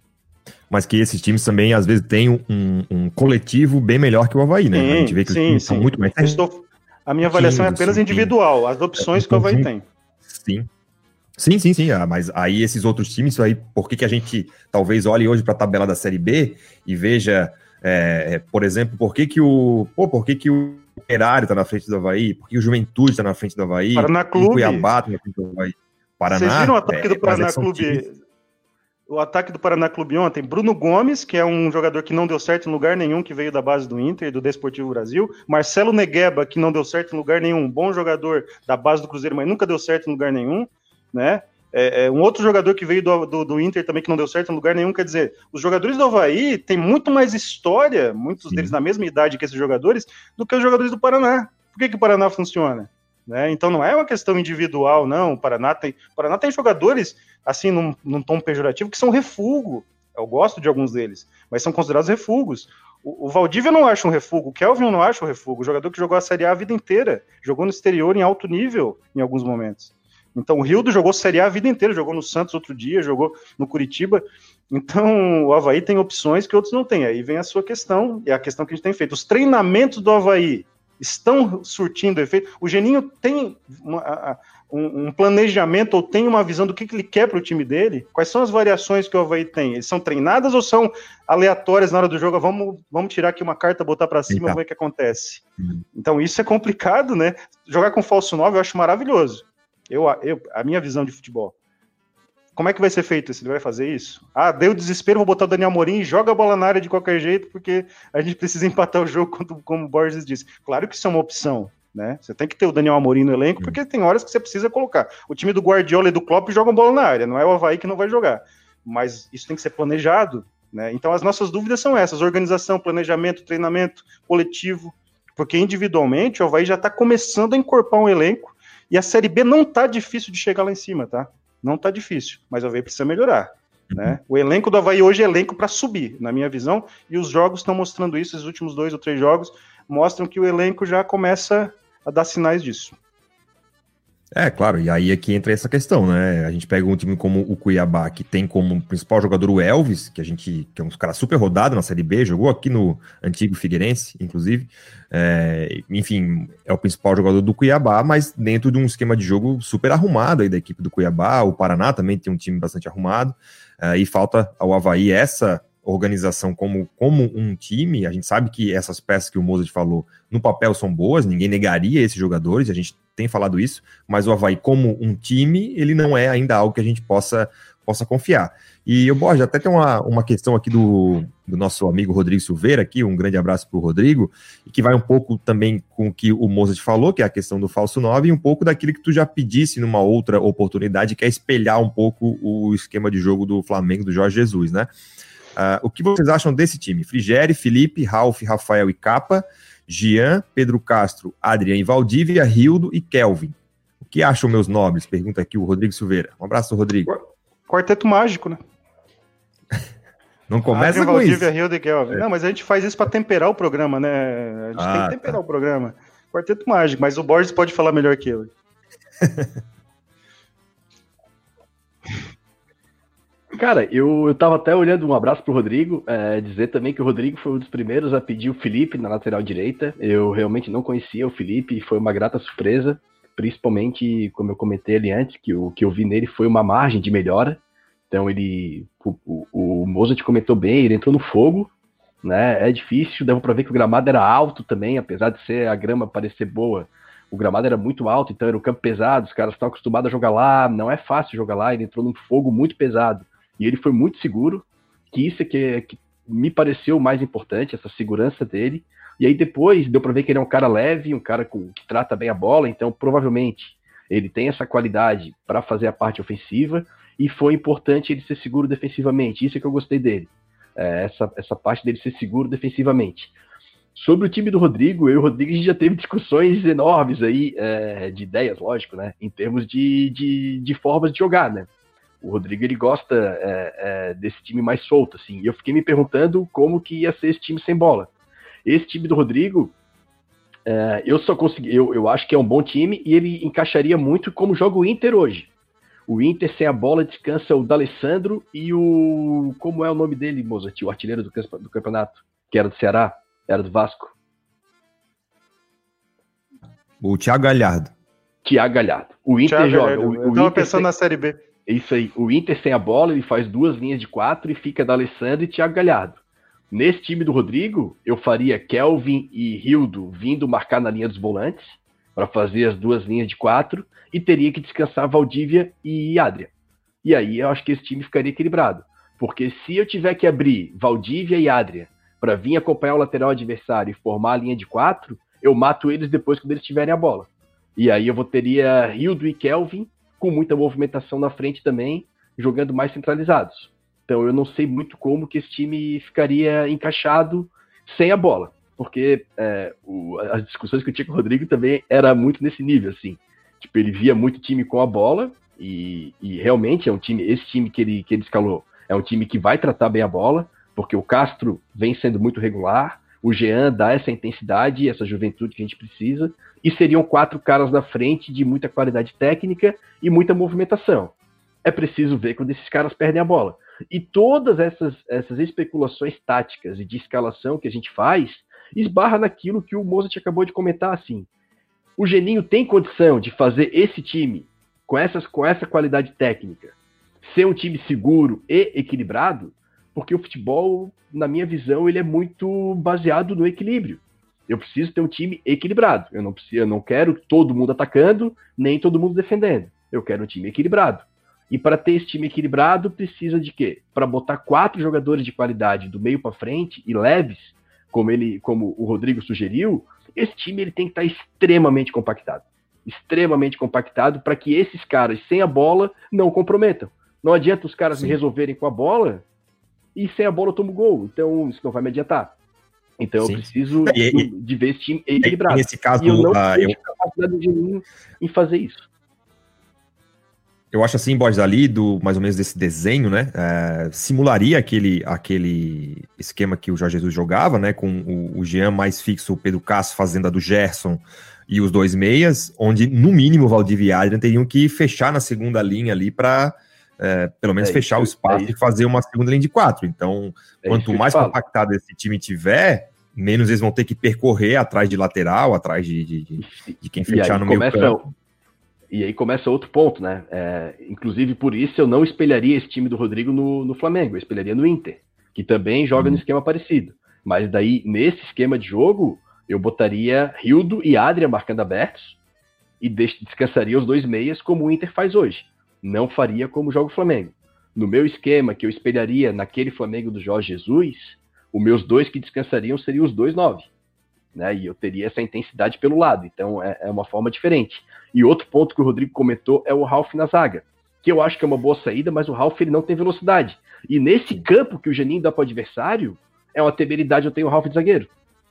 Mas que esses times também, às vezes, têm um, um coletivo bem melhor que o Avaí, né? Sim, a gente vê que sim, os times sim. são muito mais... Estou... A minha avaliação é apenas individual, as opções é, que o Avaí tem. Sim. Sim, sim, sim. Ah, mas aí esses outros times, aí, por que, que a gente talvez olhe hoje para a tabela da Série B e veja, é, por exemplo, por que, que o. Pô, por que, que o Operário está na frente do Avaí? Por que o Juventude está na frente do Avaí? Paraná Clube. O Cuiabá está na frente do Avaí. Paraná. Vocês viram o ataque é, do Paraná é Clube? Times... O ataque do Paraná Clube ontem, Bruno Gomes, que é um jogador que não deu certo em lugar nenhum, que veio da base do Inter e do Desportivo Brasil. Marcelo Negueba, que não deu certo em lugar nenhum, bom jogador da base do Cruzeiro, mas nunca deu certo em lugar nenhum, né? É, é, um outro jogador que veio do, do, do Inter também, que não deu certo em lugar nenhum. Quer dizer, os jogadores do Avaí têm muito mais história, muitos Sim. deles na mesma idade que esses jogadores, do que os jogadores do Paraná. Por que, que o Paraná funciona? Né? Então não é uma questão individual, não. O Paraná tem, o Paraná tem jogadores, assim, num, num tom pejorativo, que são refúgio. Eu gosto de alguns deles, mas são considerados refúgios. O, o Valdívia eu não acho um refúgio, o Kelvin eu não acho um refúgio. O jogador que jogou a Série A a vida inteira, jogou no exterior em alto nível em alguns momentos. Então o Rildo jogou Série A a vida inteira, jogou no Santos outro dia, jogou no Curitiba. Então o Avaí tem opções que outros não têm. Aí vem a sua questão, e a questão que a gente tem feito. Os treinamentos do Avaí estão surtindo efeito. O Geninho tem uma, um, um planejamento ou tem uma visão do que, que ele quer para o time dele? Quais são as variações que o Avaí tem? Eles são treinadas ou são aleatórias na hora do jogo? Vamos, vamos tirar aqui uma carta, botar para cima e ver o que acontece. Uhum. Então isso é complicado, né? Jogar com falso nove eu acho maravilhoso. Eu, eu, a minha visão de futebol. Como é que vai ser feito isso? Ele vai fazer isso? Ah, deu desespero, vou botar o Daniel Amorim e joga a bola na área de qualquer jeito, porque a gente precisa empatar o jogo, como, como o Borges disse. Claro que isso é uma opção, né? Você tem que ter o Daniel Amorim no elenco, porque tem horas que você precisa colocar. O time do Guardiola e do Klopp jogam bola na área, não é o Avaí que não vai jogar. Mas isso tem que ser planejado, né? Então as nossas dúvidas são essas: organização, planejamento, treinamento coletivo, porque individualmente o Avaí já está começando a encorpar um elenco, e a Série B não tá difícil de chegar lá em cima, tá? Não tá difícil, mas o Avaí precisa melhorar, né? O elenco do Avaí hoje é elenco para subir, na minha visão, e os jogos estão mostrando isso, esses últimos dois ou três jogos mostram que o elenco já começa a dar sinais disso. É, claro, e aí é que entra essa questão, né? A gente pega um time como o Cuiabá, que tem como principal jogador o Elvis, que a gente, que é um cara super rodado na Série B, jogou aqui no antigo Figueirense, inclusive. É, enfim, é o principal jogador do Cuiabá, mas dentro de um esquema de jogo super arrumado aí da equipe do Cuiabá. O Paraná também tem um time bastante arrumado, é, e falta ao Avaí essa organização como, como um time. A gente sabe que essas peças que o Mozart falou no papel são boas, ninguém negaria esses jogadores, a gente tem falado isso, mas o Avaí como um time, ele não é ainda algo que a gente possa, possa confiar. E eu, Borja, até tem uma, uma questão aqui do, do nosso amigo Rodrigo Silveira, aqui, um grande abraço para o Rodrigo, e que vai um pouco também com o que o Mozart falou, que é a questão do falso nove, e um pouco daquilo que tu já pedisse numa outra oportunidade, que é espelhar um pouco o esquema de jogo do Flamengo, do Jorge Jesus, né? Uh, o que vocês acham desse time? Frigério, Felipe, Ralf, Rafael e Capa, Jean, Pedro Castro, Adrian e Valdívia, Rildo e Kelvin. que acham meus nobres? Pergunta aqui o Rodrigo Silveira. Um abraço, Rodrigo. Quarteto mágico, né? Não começa Adrian, com Valdívia, isso. Hilde e Kelvin. É. Não, mas a gente faz isso para temperar o programa, né? A gente ah, tem que temperar tá. o programa. Quarteto mágico, mas o Borges pode falar melhor que eu. Cara, eu, eu tava até olhando, um abraço pro Rodrigo, é, dizer também que o Rodrigo foi um dos primeiros a pedir o Felipe na lateral direita. Eu realmente não conhecia o Felipe e foi uma grata surpresa, principalmente, como eu comentei ali antes, que o que eu vi nele foi uma margem de melhora. Então ele, o, o, o Mozart comentou bem, ele entrou no fogo, né? É difícil, dava pra ver que o gramado era alto também, apesar de ser a grama parecer boa, o gramado era muito alto, então era um campo pesado, os caras estão acostumados a jogar lá, não é fácil jogar lá, ele entrou num fogo muito pesado, e ele foi muito seguro, que isso é que, que me pareceu o mais importante, essa segurança dele, e aí depois deu pra ver que ele é um cara leve, um cara com, que trata bem a bola, então provavelmente ele tem essa qualidade para fazer a parte ofensiva, e foi importante ele ser seguro defensivamente. Isso é que eu gostei dele. É, essa, essa parte dele ser seguro defensivamente. Sobre o time do Rodrigo, eu e o Rodrigo a gente já teve discussões enormes aí, é, de ideias, lógico, né? Em termos de, de, de formas de jogar, né? O Rodrigo, ele gosta é, é, desse time mais solto, assim. E eu fiquei me perguntando como que ia ser esse time sem bola. Esse time do Rodrigo, é, eu só consegui... Eu, eu acho que é um bom time e ele encaixaria muito como joga o Inter hoje. O Inter, sem a bola, descansa o D'Alessandro e o... Como é o nome dele, Mozart? O artilheiro do, do campeonato, que era do Ceará, era do Vasco. O Thiago Galhardo. Thiago Galhardo. O Inter Thiago joga... Galhardo. O, eu o tava Inter pensando sem... na Série B. Isso aí. O Inter, sem a bola, ele faz duas linhas de quatro e fica D'Alessandro e Thiago Galhardo. Nesse time do Rodrigo, eu faria Kelvin e Rildo vindo marcar na linha dos volantes, para fazer as duas linhas de quatro, e teria que descansar Valdívia e Adrian. E aí eu acho que esse time ficaria equilibrado. Porque se eu tiver que abrir Valdívia e Adrian para vir acompanhar o lateral adversário e formar a linha de quatro, eu mato eles depois quando eles tiverem a bola. E aí eu vou teria Rildo e Kelvin com muita movimentação na frente também, jogando mais centralizados. Então eu não sei muito como que esse time ficaria encaixado sem a bola. Porque é, o, as discussões que eu tinha com o Rodrigo também era muito nesse nível, assim. Tipo, ele via muito time com a bola, e, e realmente é um time, esse time que ele, que ele escalou, é um time que vai tratar bem a bola, porque o Castro vem sendo muito regular, o Jean dá essa intensidade, essa juventude que a gente precisa, e seriam quatro caras na frente de muita qualidade técnica e muita movimentação. É preciso ver quando esses caras perdem a bola. E todas essas, essas especulações táticas e de escalação que a gente faz, esbarra naquilo que o Mozart acabou de comentar, assim. O Geninho tem condição de fazer esse time, com, essas, com essa qualidade técnica, ser um time seguro e equilibrado, porque o futebol, na minha visão, ele é muito baseado no equilíbrio. Eu preciso ter um time equilibrado. Eu não, preciso, eu não quero todo mundo atacando, nem todo mundo defendendo. Eu quero um time equilibrado. E para ter esse time equilibrado, precisa de quê? Para botar quatro jogadores de qualidade do meio para frente e leves, como, ele, como o Rodrigo sugeriu, esse time ele tem que estar extremamente compactado. Extremamente compactado para que esses caras sem a bola não comprometam. Não adianta os caras Sim. me resolverem com a bola e sem a bola eu tomo gol. Então isso não vai me adiantar. Então Sim. eu preciso e, de, de ver esse time equilibrado. Nesse caso, e eu não uh, tenho eu... capacidade de mim em fazer isso. Eu acho assim, Borges, ali, do, mais ou menos desse desenho, né, é, simularia aquele, aquele esquema que o Jorge Jesus jogava, né, com o, o Jean mais fixo, o Pedro Castro fazendo a do Gerson e os dois meias, onde, no mínimo, o Valdívia e Adrian teriam que fechar na segunda linha ali para, é, pelo menos, é fechar isso, o espaço é e fazer uma segunda linha de quatro. Então, é quanto mais compactado esse time tiver, menos eles vão ter que percorrer atrás de lateral, atrás de, de, de, de quem fechar no meio campo. E aí começa outro ponto, né? É, inclusive, por isso eu não espelharia esse time do Rodrigo no, no Flamengo, eu espelharia no Inter, que também joga hum. no esquema parecido. Mas daí, nesse esquema de jogo, eu botaria Rildo e Adrian marcando abertos e descansaria os dois meias como o Inter faz hoje. Não faria como joga o Flamengo. No meu esquema, que eu espelharia naquele Flamengo do Jorge Jesus, os meus dois que descansariam seriam os dois nove. Né, e eu teria essa intensidade pelo lado, então é, é uma forma diferente. E outro ponto que o Rodrigo comentou é o Ralf na zaga, que eu acho que é uma boa saída, mas o Ralf ele não tem velocidade. E nesse campo que o Geninho dá para o adversário, é uma temeridade eu tenho o Ralf de zagueiro.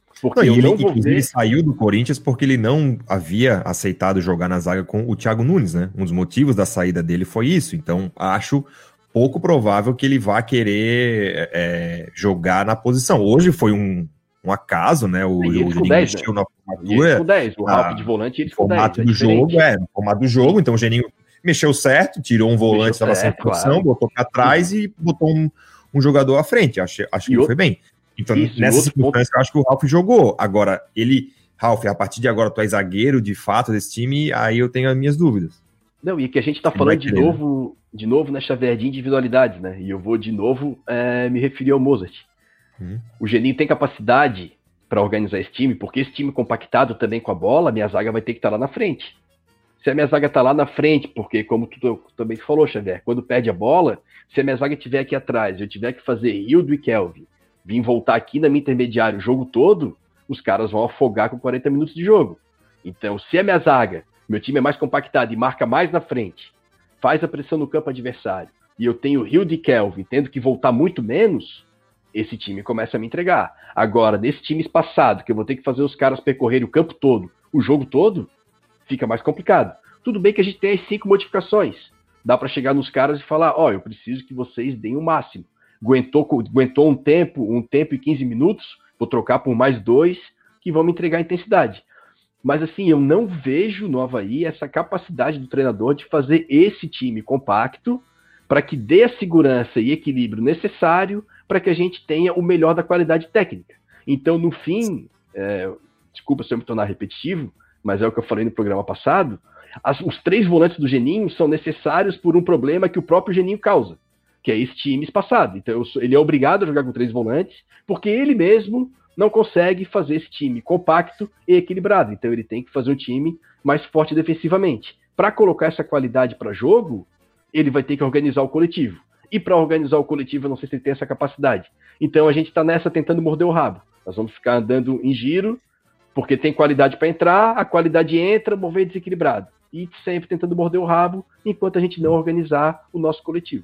Porque não, eu ele, não vou inclusive, ver... ele saiu do Corinthians porque ele não havia aceitado jogar na zaga com o Thiago Nunes, né? Um dos motivos da saída dele foi isso. Então, acho pouco provável que ele vá querer é, jogar na posição. Hoje foi um, um acaso, né? O, o Geninho mexeu na formatura. dez, o Ralf de volante, ele formato do jogo, é, no formato do jogo. Então, o Geninho mexeu certo, tirou um volante, estava sem posição, claro. Botou para trás e botou um, um jogador à frente. Acho, acho que ele foi bem. Então, isso, nessa circunstância, eu acho que o Ralf jogou. Agora, ele... Ralf, a partir de agora, tu é zagueiro, de fato, desse time, aí eu tenho as minhas dúvidas. Não, e que a gente tá falando de novo, de novo na Xavier de individualidades, né? E eu vou, de novo, é, me referir ao Mozart. Hum. O Geninho tem capacidade para organizar esse time, porque esse time compactado também com a bola, a minha zaga vai ter que estar tá lá na frente. Se a minha zaga tá lá na frente, porque, como tu, tu também falou, Xavier, quando perde a bola, se a minha zaga estiver aqui atrás, eu tiver que fazer Hildo e Kelvin, vim voltar aqui na minha intermediária o jogo todo, os caras vão afogar com quarenta minutos de jogo. Então, se a minha zaga, meu time é mais compactado e marca mais na frente, faz a pressão no campo adversário, e eu tenho Hildo e Kelvin tendo que voltar muito menos, esse time começa a me entregar. Agora, nesse time espaçado, que eu vou ter que fazer os caras percorrerem o campo todo, o jogo todo, fica mais complicado. Tudo bem que a gente tem as cinco modificações. Dá para chegar nos caras e falar, ó, oh, eu preciso que vocês deem o máximo. Aguentou, aguentou um tempo, um tempo e quinze minutos, vou trocar por mais dois, que vão me entregar intensidade. Mas assim, eu não vejo no Avaí essa capacidade do treinador de fazer esse time compacto para que dê a segurança e equilíbrio necessário para que a gente tenha o melhor da qualidade técnica. Então, no fim, é, desculpa se eu me tornar repetitivo, mas é o que eu falei no programa passado, as, os três volantes do Geninho são necessários por um problema que o próprio Geninho causa, que é esse time espaçado. Então eu sou, ele é obrigado a jogar com três volantes, porque ele mesmo não consegue fazer esse time compacto e equilibrado. Então ele tem que fazer um time mais forte defensivamente. Para colocar essa qualidade para jogo, ele vai ter que organizar o coletivo. E para organizar o coletivo, eu não sei se ele tem essa capacidade. Então a gente está nessa tentando morder o rabo. Nós vamos ficar andando em giro, porque tem qualidade para entrar, a qualidade entra, mover desequilibrado. E sempre tentando morder o rabo, enquanto a gente não organizar o nosso coletivo.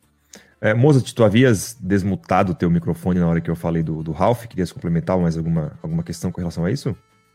É, Mozart, tu havias desmutado o teu microfone na hora que eu falei do, do Ralf. Querias complementar mais alguma, alguma questão com relação a isso?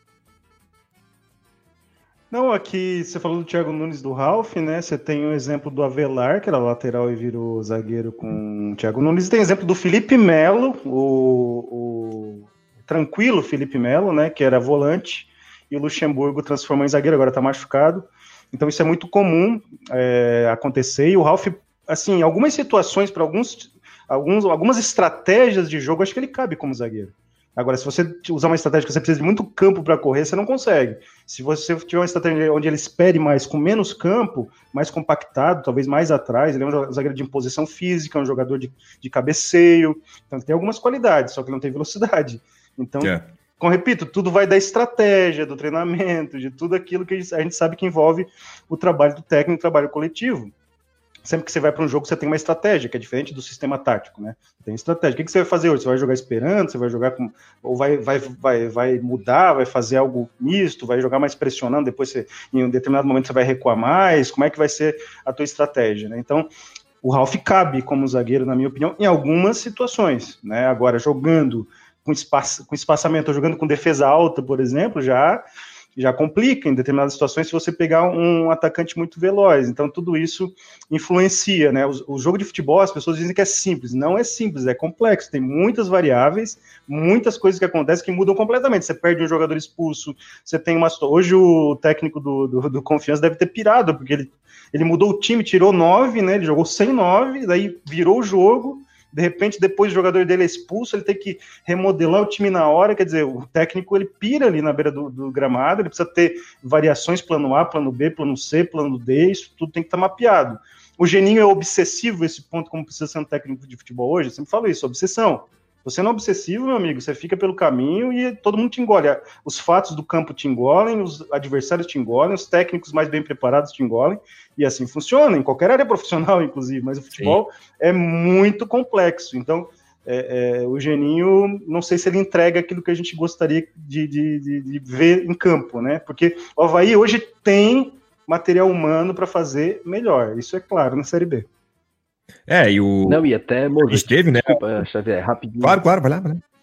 Não, aqui você falou do Thiago Nunes, do Ralf, né? Você tem o exemplo do Avelar, que era lateral e virou zagueiro com o Thiago Nunes. E tem o exemplo do Felipe Melo, o, o tranquilo Felipe Melo, né? Que era volante, e o Luxemburgo transformou em zagueiro, agora tá machucado. Então isso é muito comum é, acontecer. E o Ralf, assim, algumas situações, para alguns, alguns, algumas estratégias de jogo, acho que ele cabe como zagueiro. Agora, se você usar uma estratégia que você precisa de muito campo para correr, você não consegue. Se você tiver uma estratégia onde ele espere mais, com menos campo, mais compactado, talvez mais atrás, ele é um zagueiro de imposição física, um jogador de, de cabeceio, então ele tem algumas qualidades, só que não tem velocidade. Então, yeah. como repito, tudo vai da estratégia, do treinamento, de tudo aquilo que a gente, a gente sabe que envolve o trabalho do técnico, o trabalho coletivo. Sempre que você vai para um jogo, você tem uma estratégia, que é diferente do sistema tático, né? Tem estratégia. O que você vai fazer hoje? Você vai jogar esperando? Você vai jogar com... Ou vai, vai, vai, vai mudar, vai fazer algo misto, vai jogar mais pressionando, depois você, em um determinado momento você vai recuar mais? Como é que vai ser a tua estratégia, né? Então, o Ralf cabe como zagueiro, na minha opinião, em algumas situações, né? Agora, jogando com, espaço, com espaçamento, jogando com defesa alta, por exemplo, já... já complica em determinadas situações se você pegar um atacante muito veloz. Então, tudo isso influencia, né? O, o jogo de futebol, as pessoas dizem que é simples. Não é simples, é complexo. Tem muitas variáveis, muitas coisas que acontecem que mudam completamente. Você perde um jogador expulso, você tem uma... Hoje o técnico do, do, do Confiança deve ter pirado, porque ele, ele mudou o time, tirou nove, né? Ele jogou sem nove, daí virou o jogo... De repente, depois o jogador dele é expulso, ele tem que remodelar o time na hora, quer dizer, o técnico ele pira ali na beira do, do gramado, ele precisa ter variações, plano A, plano B, plano C, plano D, isso tudo tem que estar mapeado. O Geninho é obsessivo esse ponto, como precisa ser um técnico de futebol hoje, eu sempre falo isso, obsessão. Você não é obsessivo, meu amigo, você fica pelo caminho e todo mundo te engole. Os fatos do campo te engolem, os adversários te engolem, os técnicos mais bem preparados te engolem, e assim funciona, em qualquer área profissional, inclusive, mas o futebol Sim. é muito complexo. Então, é, é, o Geninho, não sei se ele entrega aquilo que a gente gostaria de, de, de, de ver em campo, né? Porque o Avaí hoje tem material humano para fazer melhor, isso é claro, na Série B. É, e o... Não, e até... Esteve, né? Desculpa, Xavier, rapidinho. Claro, claro, vai lá, vai lá.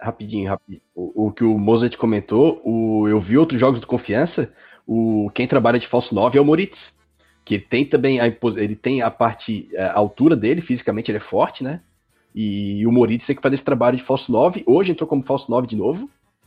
Rapidinho, rapidinho. O, o que o Mozart comentou, o, eu vi outros jogos do Confiança, o, quem trabalha de falso nove é o Moritz, que ele tem também a, ele tem a parte, a altura dele, fisicamente ele é forte, né? E o Moritz tem que fazer esse trabalho de falso nove, hoje entrou como falso nove de novo,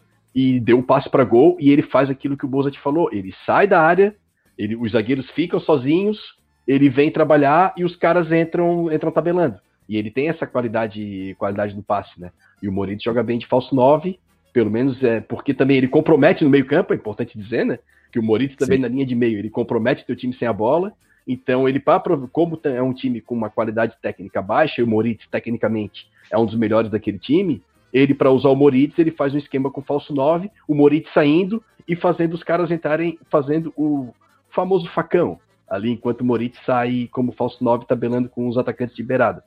e deu um passe para gol, e ele faz aquilo que o Mozart falou, ele sai da área, ele, os zagueiros ficam sozinhos, ele vem trabalhar e os caras entram, entram tabelando. E ele tem essa qualidade, qualidade do passe, né? E o Moritz joga bem de falso nove, pelo menos é porque também ele compromete no meio campo, é importante dizer, né? Que o Moritz também Sim. na linha de meio, ele compromete o teu time sem a bola. Então ele, como é um time com uma qualidade técnica baixa, e o Moritz tecnicamente é um dos melhores daquele time, ele, para usar o Moritz, ele faz um esquema com falso nove, o Moritz saindo e fazendo os caras entrarem, fazendo o famoso facão, ali enquanto o Moritz sai como falso nove, tabelando com os atacantes de beirada.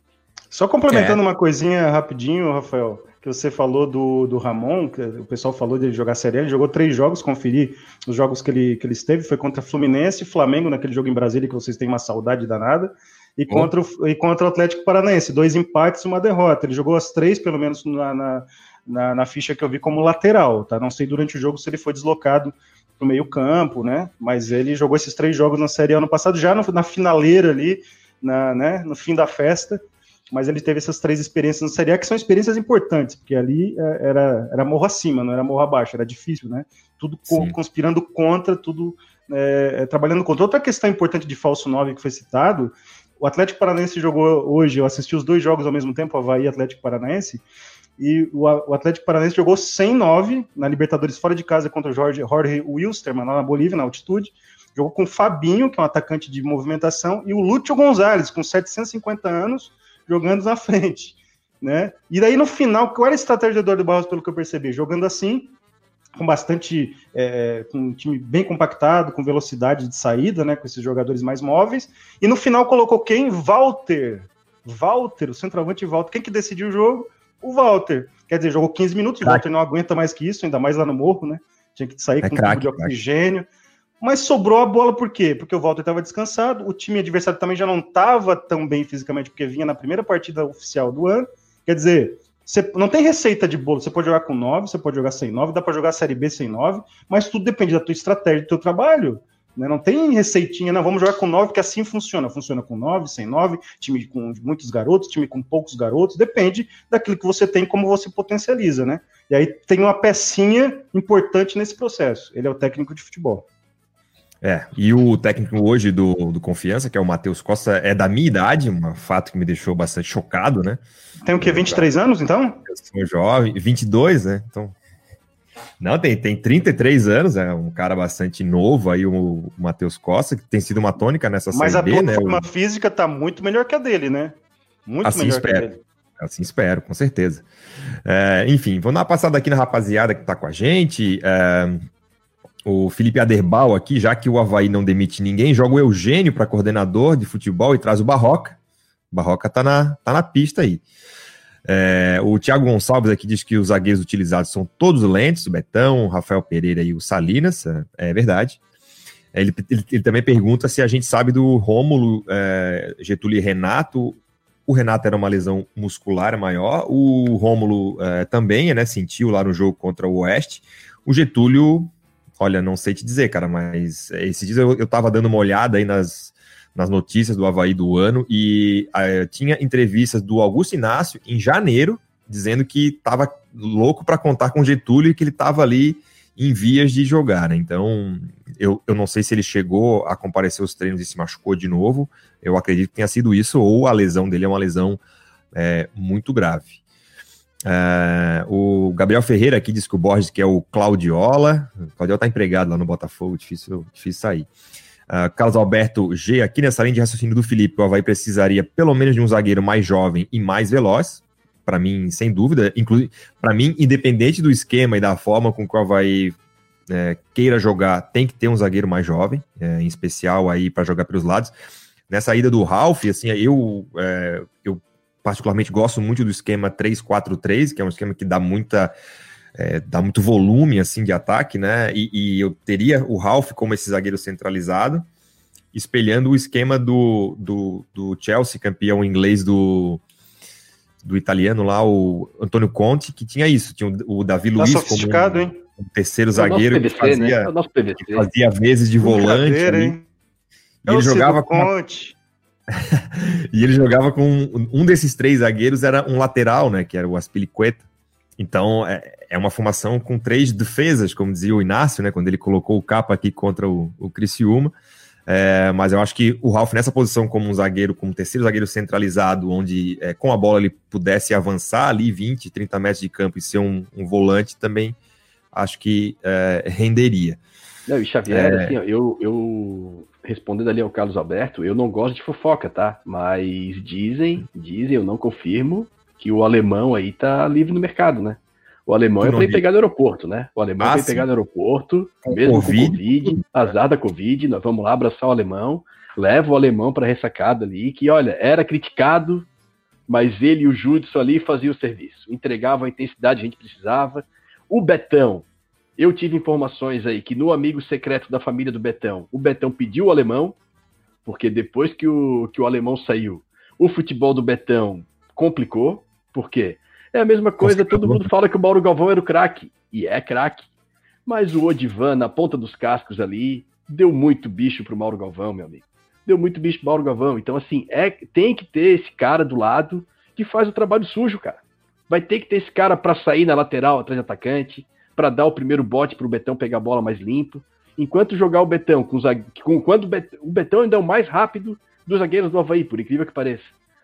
Só complementando é. uma coisinha rapidinho, Rafael, que você falou do, do Ramon, que o pessoal falou de jogar Série A, ele jogou três jogos, conferi os jogos que ele, que ele esteve, foi contra Fluminense e Flamengo, naquele jogo em Brasília, que vocês têm uma saudade danada, e, oh. contra, o, e contra o Atlético Paranaense, dois empates e uma derrota. Ele jogou as três, pelo menos na, na, na, na ficha que eu vi, como lateral, tá? Não sei durante o jogo se ele foi deslocado pro meio campo, né? Mas ele jogou esses três jogos na Série A ano passado, já no, na finaleira ali, na, né, no fim da festa, mas ele teve essas três experiências na Série A, que são experiências importantes, porque ali era, era morro acima, não era morro abaixo, era difícil, né? Tudo co- conspirando contra, tudo é, trabalhando contra. Outra questão importante de falso nove que foi citado, o Atlético Paranaense jogou hoje, eu assisti os dois jogos ao mesmo tempo, Avaí e Atlético Paranaense, e o, o Atlético Paranaense jogou sem nove na Libertadores fora de casa contra o Jorge, Jorge Wilstermann, lá na Bolívia, na altitude, jogou com o Fabinho, que é um atacante de movimentação, e o Lúcio Gonzalez, com setecentos e cinquenta anos, jogando na frente, né? E daí no final, qual era a estratégia do Eduardo Barros, pelo que eu percebi? Jogando assim, com bastante, é, com um time bem compactado, com velocidade de saída, né? Com esses jogadores mais móveis. E no final colocou quem? Walter. Walter, o centroavante Walter. Quem que decidiu o jogo? O Walter. Quer dizer, jogou quinze minutos, crack. O Walter não aguenta mais que isso, ainda mais lá no morro, né? Tinha que sair é com crack, um tubo de oxigênio. Crack. Mas sobrou a bola por quê? Porque o Walter estava descansado, o time adversário também já não estava tão bem fisicamente, porque vinha na primeira partida oficial do ano. Quer dizer, você não tem receita de bolo, você pode jogar com nove, você pode jogar sem nove, dá para jogar a Série B sem nove, mas tudo depende da tua estratégia, do teu trabalho. Né? Não tem receitinha, não, vamos jogar com nove, porque assim funciona. Funciona com nove, sem nove, time com muitos garotos, time com poucos garotos, depende daquilo que você tem, como você potencializa, né? E aí tem uma pecinha importante nesse processo, ele é o técnico de futebol. É, e o técnico hoje do, do Confiança, que é o Matheus Costa, é da minha idade, um fato que me deixou bastante chocado, né? Tem o quê, vinte e três anos, então? Eu sou jovem, vinte e dois, né? Então... Não, tem, tem trinta e três anos, é um cara bastante novo aí, o, o Matheus Costa, que tem sido uma tônica nessa Mas Série B, a né? forma o... física tá muito melhor que a dele, né? Muito assim melhor espero. que a dele. Assim espero, com certeza. É, enfim, vou dar uma passada aqui na rapaziada que tá com a gente. É... O Felipe Aderbal aqui, já que o Avaí não demite ninguém, joga o Eugênio para coordenador de futebol e traz o Barroca. O Barroca tá na, tá na pista aí. É, o Thiago Gonçalves aqui diz que os zagueiros utilizados são todos lentos, o Betão, o Rafael Pereira e o Salinas, é, é verdade. Ele, ele, ele também pergunta se a gente sabe do Rômulo, é, Getúlio e Renato. O Renato era uma lesão muscular maior, o Rômulo é, também, né, sentiu lá no jogo contra o Oeste. O Getúlio... Olha, não sei te dizer, cara, mas esses dias eu, eu tava dando uma olhada aí nas, nas notícias do Avaí do ano e uh, tinha entrevistas do Augusto Inácio em janeiro, dizendo que tava louco para contar com o Getúlio e que ele tava ali em vias de jogar, né? Então, eu, eu não sei se ele chegou a comparecer aos treinos e se machucou de novo, eu acredito que tenha sido isso, ou a lesão dele é uma lesão é, muito grave. Uh, o Gabriel Ferreira aqui diz que o Borges que é o Claudiola. O Claudiola tá empregado lá no Botafogo, difícil, difícil sair. Uh, Carlos Alberto G, aqui nessa linha de raciocínio do Felipe, o Avaí precisaria pelo menos de um zagueiro mais jovem e mais veloz. Para mim, sem dúvida. Inclusive, para mim, independente do esquema e da forma com que o Avaí é, queira jogar, tem que ter um zagueiro mais jovem, é, em especial aí para jogar pelos lados. Nessa ida do Ralf, assim, eu, é, eu particularmente gosto muito do esquema três quatro três, que é um esquema que dá muita é, dá muito volume assim de ataque, né? E, e eu teria o Ralf como esse zagueiro centralizado, espelhando o esquema do, do, do Chelsea, campeão inglês do, do italiano lá, o Antônio Conte, que tinha isso, tinha o, o Davi Luiz tá como um, hein? um terceiro é zagueiro P V C, que fazia, né? é que fazia vezes de volante. Ali, e ele jogava com uma... E ele jogava com um, um desses três zagueiros, era um lateral, né? Que era o Aspilicueta. Então, é, é uma formação com três defesas, como dizia o Inácio, né? Quando ele colocou o capa aqui contra o, o Criciúma. É, mas eu acho que o Ralf, nessa posição como um zagueiro, como um terceiro zagueiro centralizado, onde é, com a bola ele pudesse avançar ali vinte, trinta metros de campo e ser um, um volante, também acho que é, renderia. Não, e Xavier, é... assim, ó, eu, eu respondendo ali ao Carlos Alberto, eu não gosto de fofoca, tá? Mas dizem, dizem, eu não confirmo, que o alemão aí tá livre no mercado, né? O alemão é pra ir pegar no aeroporto, né? O alemão é pra ir pegar no aeroporto, mesmo COVID. com Covid, azar da Covid, nós vamos lá abraçar o alemão, leva o alemão pra ressacada ali, que, olha, era criticado, mas ele e o Judson ali faziam o serviço, entregavam a intensidade que a gente precisava. O Betão, eu tive informações aí que no amigo secreto da família do Betão, o Betão pediu o alemão, porque depois que o, que o alemão saiu, o futebol do Betão complicou. Por quê? É a mesma coisa, todo mundo fala que o Mauro Galvão era o craque, e é craque, mas o Odivan, na ponta dos cascos ali, deu muito bicho pro Mauro Galvão, meu amigo. Deu muito bicho pro Mauro Galvão. Então, assim, é, tem que ter esse cara do lado que faz o trabalho sujo, cara. Vai ter que ter esse cara para sair na lateral, atrás do atacante, para dar o primeiro bote pro Betão pegar a bola mais limpo. Enquanto jogar o Betão, com, com quando o Betão, o Betão ainda é o mais rápido dos zagueiros do Avaí, por incrível que pareça.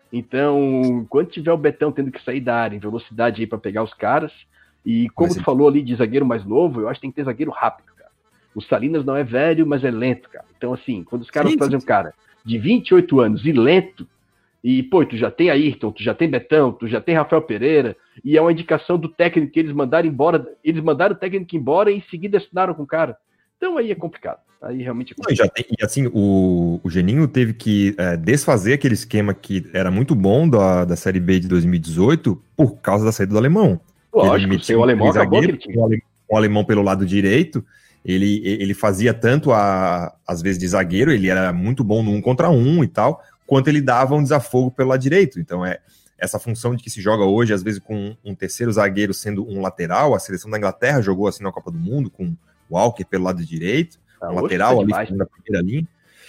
Então, enquanto tiver o Betão tendo que sair da área em velocidade aí para pegar os caras, e como mas tu ele... falou ali de zagueiro mais novo, eu acho que tem que ter zagueiro rápido, cara. O Salinas não é velho, mas é lento, cara. Então, assim, quando os caras sim, trazem sim. um cara de vinte e oito anos e lento, e, pô, tu já tem Ayrton, tu já tem Betão, tu já tem Rafael Pereira, e é uma indicação do técnico que eles mandaram embora, eles mandaram o técnico embora e em seguida assinaram com o cara. Então aí é complicado. Aí realmente é complicado. Não, e, já tem, e assim, o, o Geninho teve que é, desfazer aquele esquema que era muito bom da, da Série B de dois mil e dezoito por causa da saída do alemão. Lógico, sem o alemão acabou aquele time. O alemão pelo lado direito, ele, ele fazia tanto a, às vezes de zagueiro, ele era muito bom no um contra um e tal, quanto ele dava um desafogo pelo lado direito. Então é essa função de que se joga hoje, às vezes com um terceiro zagueiro sendo um lateral. A seleção da Inglaterra jogou assim na Copa do Mundo, com o Walker pelo lado direito, ah, um lateral ali na primeira linha.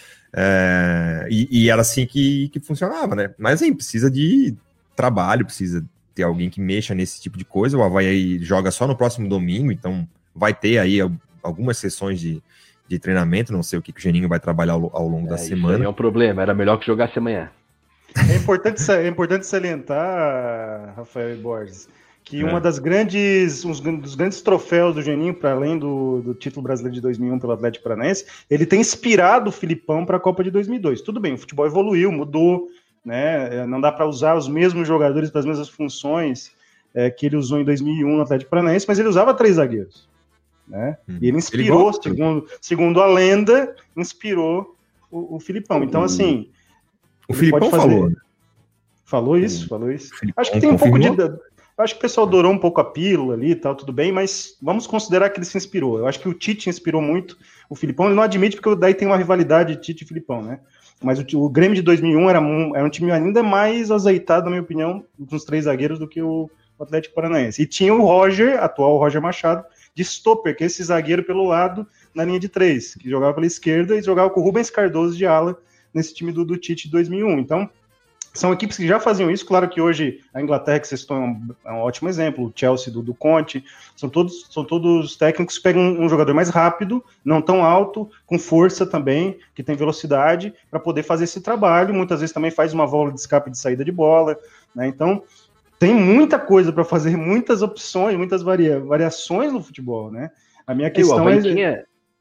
É, e, e era assim que, que funcionava, né? Mas assim, precisa de trabalho, precisa ter alguém que mexa nesse tipo de coisa. O Avaí joga só no próximo domingo, então vai ter aí algumas sessões de, de treinamento, não sei o que, que o Geninho vai trabalhar ao, ao longo é, da semana. Isso é um problema, era melhor que jogasse amanhã. É importante, é importante salientar, Rafael e Borges, que é. uma das grandes, um dos grandes troféus do Geninho, para além do, do título brasileiro de dois mil e um pelo Atlético Paranaense, ele tem inspirado o Filipão para a Copa de dois mil e dois. Tudo bem, o futebol evoluiu, mudou, né? Não dá para usar os mesmos jogadores para as mesmas funções é, que ele usou em dois mil e um no Atlético Paranaense, mas ele usava três zagueiros, né? Hum. E ele inspirou, ele segundo, segundo a lenda, inspirou o, o Filipão. Então, assim... O Filipão falou. Falou isso, falou isso. Acho que tem um pouco de... Acho que o pessoal adorou um pouco a pílula ali e tal, tudo bem, mas vamos considerar que ele se inspirou. Eu acho que o Tite inspirou muito o Filipão. Ele não admite, porque daí tem uma rivalidade de Tite e Filipão, né? Mas o, o Grêmio de dois mil e um era um, era um time ainda mais azeitado, na minha opinião, com os três zagueiros do que o, o Atlético Paranaense. E tinha o Roger, atual Roger Machado, de stopper, que é esse zagueiro pelo lado, na linha de três, que jogava pela esquerda e jogava com o Rubens Cardoso de ala nesse time do, do Tite de dois mil e um. Então, são equipes que já faziam isso. Claro que hoje a Inglaterra, que vocês estão, é um, é um ótimo exemplo, o Chelsea do, do Conte, são todos, são todos técnicos que pegam um, um jogador mais rápido, não tão alto, com força também, que tem velocidade, para poder fazer esse trabalho. Muitas vezes também faz uma válvula de escape de saída de bola, né? Então, tem muita coisa para fazer, muitas opções, muitas varia, variações no futebol, né? A minha questão é... Tinha...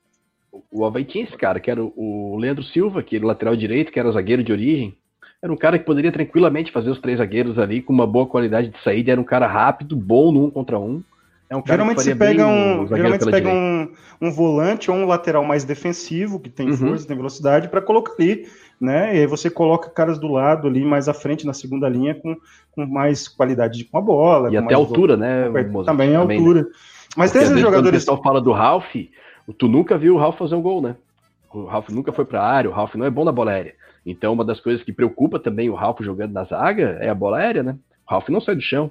O Avaí tinha esse cara, que era o Leandro Silva, que era o lateral direito, que era zagueiro de origem. Era um cara que poderia tranquilamente fazer os três zagueiros ali com uma boa qualidade de saída. Era um cara rápido, bom no um contra um. É um cara geralmente você pega, um, geralmente você pega um, um volante ou um lateral mais defensivo, que tem uhum. força, tem velocidade, para colocar ali, né? E aí você coloca caras do lado ali, mais à frente, na segunda linha, com, com mais qualidade com a bola. E até altura, né? Também a altura. Né? Mas tem esses jogadores... Quando o pessoal fala do Ralf, tu nunca viu o Ralf fazer um gol, né? O Ralf nunca foi para a área, o Ralf não é bom na bola aérea. Então, uma das coisas que preocupa também o Ralf jogando na zaga é a bola aérea, né? O Ralf não sai do chão.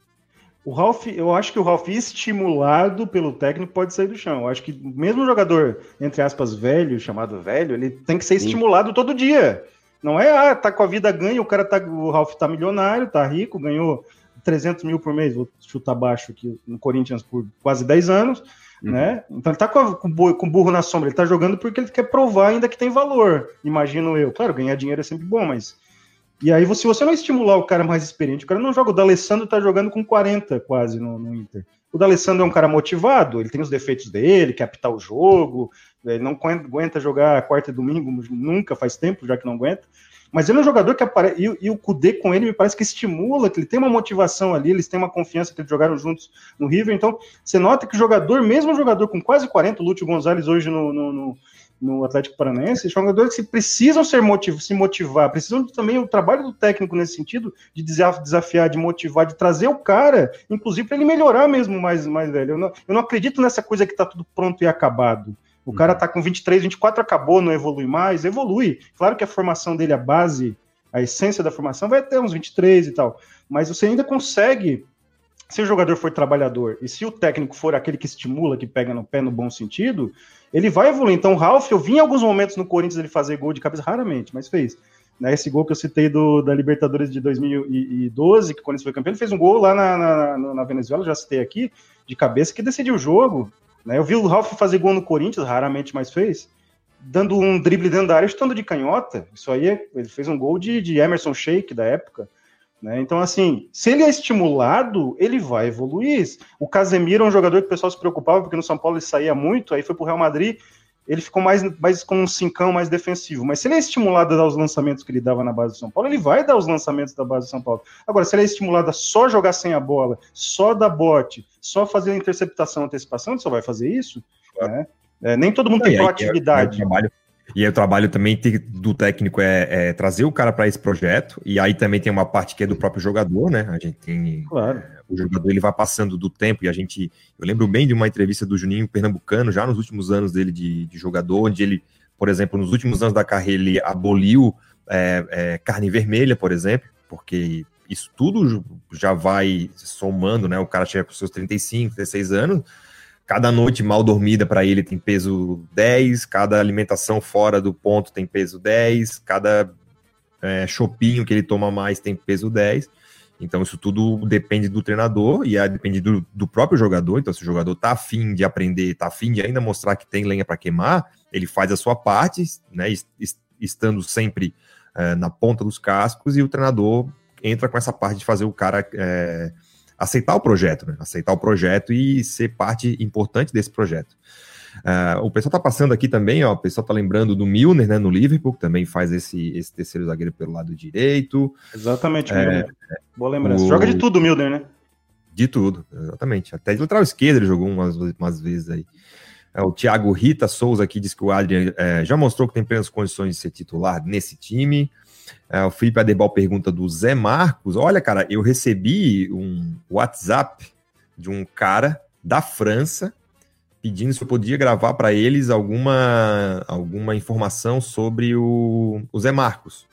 O Ralf, eu acho que o Ralf estimulado pelo técnico pode sair do chão. Eu acho que mesmo um jogador, entre aspas, velho, chamado velho, ele tem que ser Sim. estimulado todo dia. Não é, ah, tá com a vida ganha, o cara tá, o Ralf tá milionário, tá rico, ganhou trezentos mil por mês, vou chutar baixo aqui no Corinthians por quase dez anos, uhum. né? Então ele tá com, a, com o burro na sombra, ele tá jogando porque ele quer provar ainda que tem valor, imagino eu. Claro, ganhar dinheiro é sempre bom, mas... E aí, se você não estimular o cara mais experiente, o cara não joga. O D'Alessandro tá jogando com quarenta quase no, no Inter. O D'Alessandro é um cara motivado, ele tem os defeitos dele, quer apitar o jogo, ele não aguenta jogar quarta e domingo, nunca, faz tempo já que não aguenta. Mas ele é um jogador que aparece, e, e o Kudê com ele me parece que estimula, que ele tem uma motivação ali, eles têm uma confiança que eles jogaram juntos no River, então você nota que o jogador, mesmo um jogador com quase quarenta, o Lúcio Gonzalez hoje no... no, no no Atlético Paranaense, jogadores que precisam ser motiv- se motivar, precisam também o trabalho do técnico nesse sentido, de desafiar, de motivar, de trazer o cara, inclusive para ele melhorar mesmo mais, mais velho. Eu não, eu não acredito nessa coisa que tá tudo pronto e acabado. O cara tá com vinte e três, vinte e quatro, acabou, não evolui mais, evolui. Claro que a formação dele, a base, a essência da formação vai até uns vinte e três e tal, mas você ainda consegue, se o jogador for trabalhador e se o técnico for aquele que estimula, que pega no pé no bom sentido, ele vai evoluir. Então o Ralf, eu vi em alguns momentos no Corinthians ele fazer gol de cabeça, raramente, mas fez. Né, esse gol que eu citei do, da Libertadores de dois mil e doze, que o Corinthians foi campeão, ele fez um gol lá na, na, na Venezuela, já citei aqui, de cabeça, que decidiu o jogo. Né, eu vi o Ralf fazer gol no Corinthians, raramente, mas fez, dando um drible dentro da área, chutando de canhota. Isso aí, ele fez um gol de, de Emerson Sheik da época. Né? Então, assim, se ele é estimulado, ele vai evoluir. O Casemiro é um jogador que o pessoal se preocupava, porque no São Paulo ele saía muito, aí foi pro Real Madrid, ele ficou mais, mais com um cincão mais defensivo. Mas se ele é estimulado a dar os lançamentos que ele dava na base do São Paulo, ele vai dar os lançamentos da base do São Paulo. Agora, se ele é estimulado a só jogar sem a bola, só dar bote, só fazer interceptação, antecipação, ele só vai fazer isso. Claro. Né? É, nem todo mundo tem proatividade. É, é, é E aí o trabalho também do técnico é, é trazer o cara para esse projeto, e aí também tem uma parte que é do próprio jogador, né? A gente tem... Claro. É, o jogador, ele vai passando do tempo, e a gente... Eu lembro bem de uma entrevista do Juninho Pernambucano, já nos últimos anos dele de, de jogador, onde ele, por exemplo, nos últimos anos da carreira, ele aboliu é, é, carne vermelha, por exemplo, porque isso tudo já vai somando, né? O cara chega com seus trinta e cinco, trinta e seis anos... Cada noite mal dormida para ele tem peso dez, cada alimentação fora do ponto tem peso dez, cada é, chopinho que ele toma mais tem peso dez. Então isso tudo depende do treinador e é, depende do, do próprio jogador. Então se o jogador está afim de aprender, está afim de ainda mostrar que tem lenha para queimar, ele faz a sua parte, né, estando sempre é, na ponta dos cascos, e o treinador entra com essa parte de fazer o cara... É, aceitar o projeto, né? Aceitar o projeto e ser parte importante desse projeto. Uh, o pessoal está passando aqui também, ó, o pessoal está lembrando do Milner, né, no Liverpool, que também faz esse, esse terceiro zagueiro pelo lado direito. Exatamente, é, Milner. Boa lembrança. O... Joga de tudo, Milner, né? De tudo, exatamente. Até de lateral esquerdo ele jogou umas, umas vezes aí. É, o Thiago Rita Souza aqui diz que o Adrian é, já mostrou que tem plenas condições de ser titular nesse time. É, o Felipe Adebal pergunta do Zé Marcos. Olha, cara, eu recebi um WhatsApp de um cara da França pedindo se eu podia gravar para eles alguma, alguma informação sobre o, o Zé Marcos.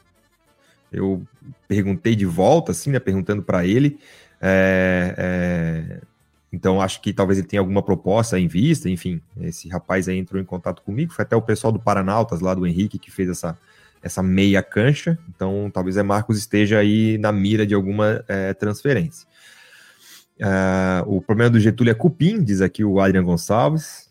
Eu perguntei de volta, assim, né, perguntando para ele. É, é, então, acho que talvez ele tenha alguma proposta em vista. Enfim, esse rapaz aí entrou em contato comigo. Foi até o pessoal do Paranautas, lá do Henrique, que fez essa... essa meia cancha, então talvez Zé Marcos esteja aí na mira de alguma é, transferência. Uh, o problema do Getúlio é cupim, diz aqui o Adrian Gonçalves.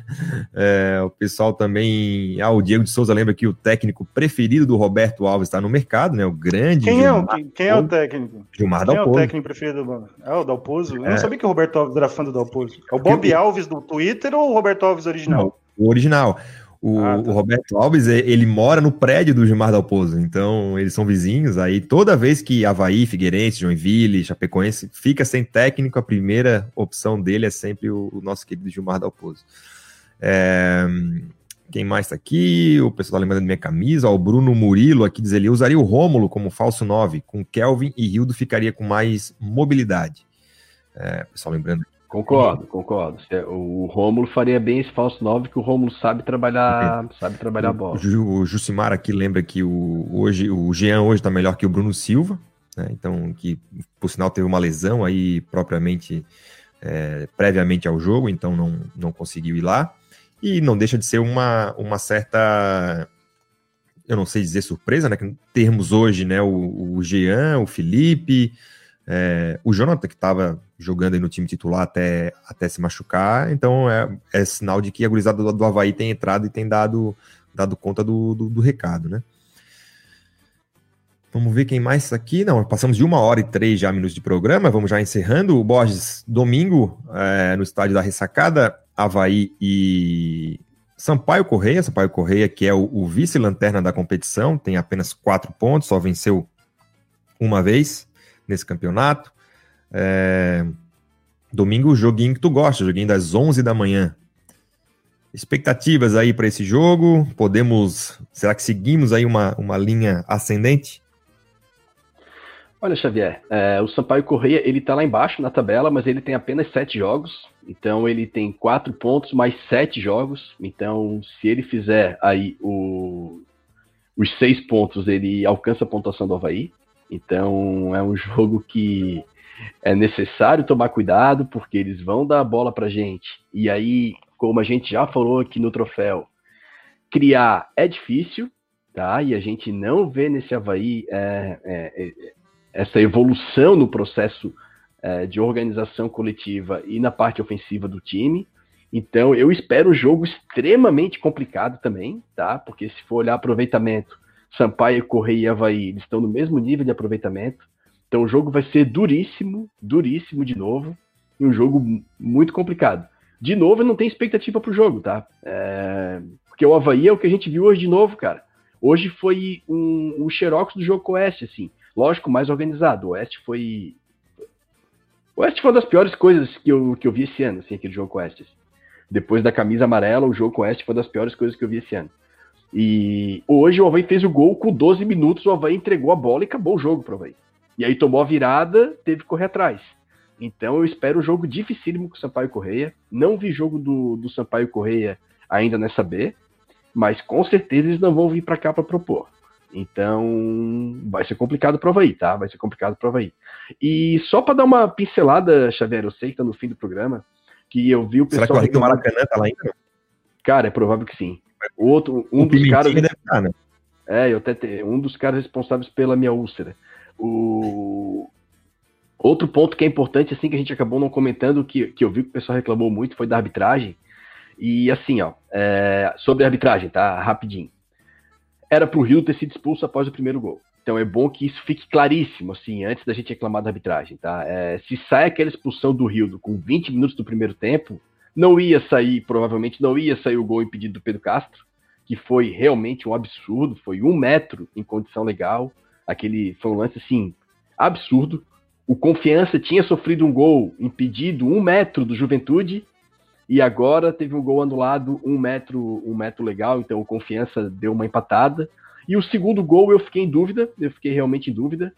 é, o pessoal também... Ah, o Diego de Souza lembra que o técnico preferido do Roberto Alves está no mercado, né? O grande... Quem, é o, quem, quem é o técnico? Gilmar Quem Dalpozo. é o técnico preferido do... É o Dalpozo? Eu é. não sabia que o Roberto Alves era fã do Dalpozo. É o Bob Alves do Twitter ou o Roberto Alves original? Não, o original. O, ah, tá. o Roberto Alves, ele mora no prédio do Gilmar Dalpozo, então eles são vizinhos. Aí toda vez que Avaí, Figueirense, Joinville, Chapecoense fica sem técnico, a primeira opção dele é sempre o, o nosso querido Gilmar Dalpozo. É, quem mais tá aqui? O pessoal tá lembrando da minha camisa. Ó, o Bruno Murilo aqui diz ele: usaria o Rômulo como falso nove, com Kelvin e Rildo ficaria com mais mobilidade. É, pessoal lembrando. Concordo, concordo. O Rômulo faria bem esse falso nove, que o Rômulo sabe trabalhar, é. sabe trabalhar a bola. O Jucimar aqui lembra que o, hoje, o Jean hoje está melhor que o Bruno Silva. né? Então, que por sinal teve uma lesão aí propriamente, é, previamente ao jogo, então não, não conseguiu ir lá. E não deixa de ser uma, uma certa, eu não sei dizer surpresa, né? Que termos hoje, né? O, o Jean, o Felipe, é, o Jonathan, que estava jogando aí no time titular até, até se machucar. Então é, é sinal de que a gurizada do, do Avaí tem entrado e tem dado, dado conta do, do, do recado, né? Vamos ver quem mais aqui. Não, passamos de uma hora e três já minutos de programa. Vamos já encerrando. O Borges, domingo, é, no estádio da Ressacada, Avaí e Sampaio Correia. Sampaio Correia, que é o, o vice-lanterna da competição, tem apenas quatro pontos, só venceu uma vez nesse campeonato. É, domingo, joguinho que tu gosta, joguinho das onze da manhã. Expectativas aí para esse jogo? Podemos, será que seguimos aí uma, uma linha ascendente? Olha, Xavier, é, o Sampaio Correia, ele tá lá embaixo na tabela, mas ele tem apenas sete jogos, então ele tem quatro pontos mais sete jogos, então se ele fizer aí o, os seis pontos, ele alcança a pontuação do Avaí, então é um jogo que é necessário tomar cuidado, porque eles vão dar a bola pra gente, e aí, como a gente já falou aqui no troféu, criar é difícil, tá? E a gente não vê nesse Avaí é, é, é, essa evolução no processo é, de organização coletiva e na parte ofensiva do time. Então, eu espero um jogo extremamente complicado também, tá? Porque se for olhar aproveitamento, Sampaio, Correia e Avaí, eles estão no mesmo nível de aproveitamento. Então, o jogo vai ser duríssimo, duríssimo de novo, e um jogo muito complicado. De novo, eu não tenho expectativa pro jogo, tá? É... Porque o Avaí é o que a gente viu hoje de novo, cara. Hoje foi um, um xerox do jogo com o Oeste, assim. Lógico, mais organizado. O Oeste foi... O Oeste foi uma das piores coisas que eu, que eu vi esse ano, assim, aquele jogo com o Oeste. Assim. Depois da camisa amarela, o jogo com o Oeste foi uma das piores coisas que eu vi esse ano. E hoje o Avaí fez o gol com doze minutos, o Avaí entregou a bola e acabou o jogo pro Avaí. E aí tomou a virada, teve que correr atrás. Então eu espero um jogo dificílimo com o Sampaio Correia. Não vi jogo do, do Sampaio Correia ainda nessa B, mas com certeza eles não vão vir para cá para propor. Então vai ser complicado pro Avaí, tá? Vai ser complicado pro Avaí. E só para dar uma pincelada, Xavier, eu sei que tá no fim do programa, que eu vi o pessoal... Será que o Arlindo Maracanã tá lá ainda? Cara, é provável que sim. Outro, um o dos caras... Deve estar, né? É, eu até te... um dos caras responsáveis pela minha úlcera. O... Outro ponto que é importante, assim, que a gente acabou não comentando, que, que eu vi que o pessoal reclamou muito, foi da arbitragem. E assim, ó, é... sobre a arbitragem, tá? Rapidinho. Era pro Rio ter sido expulso após o primeiro gol. Então é bom que isso fique claríssimo, assim, antes da gente reclamar da arbitragem, tá? É... Se sai aquela expulsão do Rio com vinte minutos do primeiro tempo, não ia sair, provavelmente não ia sair o gol impedido do Pedro Castro, que foi realmente um absurdo, foi um metro em condição legal, aquele foi um lance, assim, absurdo. O Confiança tinha sofrido um gol impedido um metro do Juventude, e agora teve um gol anulado um metro, um metro legal, então o Confiança deu uma empatada. E o segundo gol eu fiquei em dúvida, eu fiquei realmente em dúvida,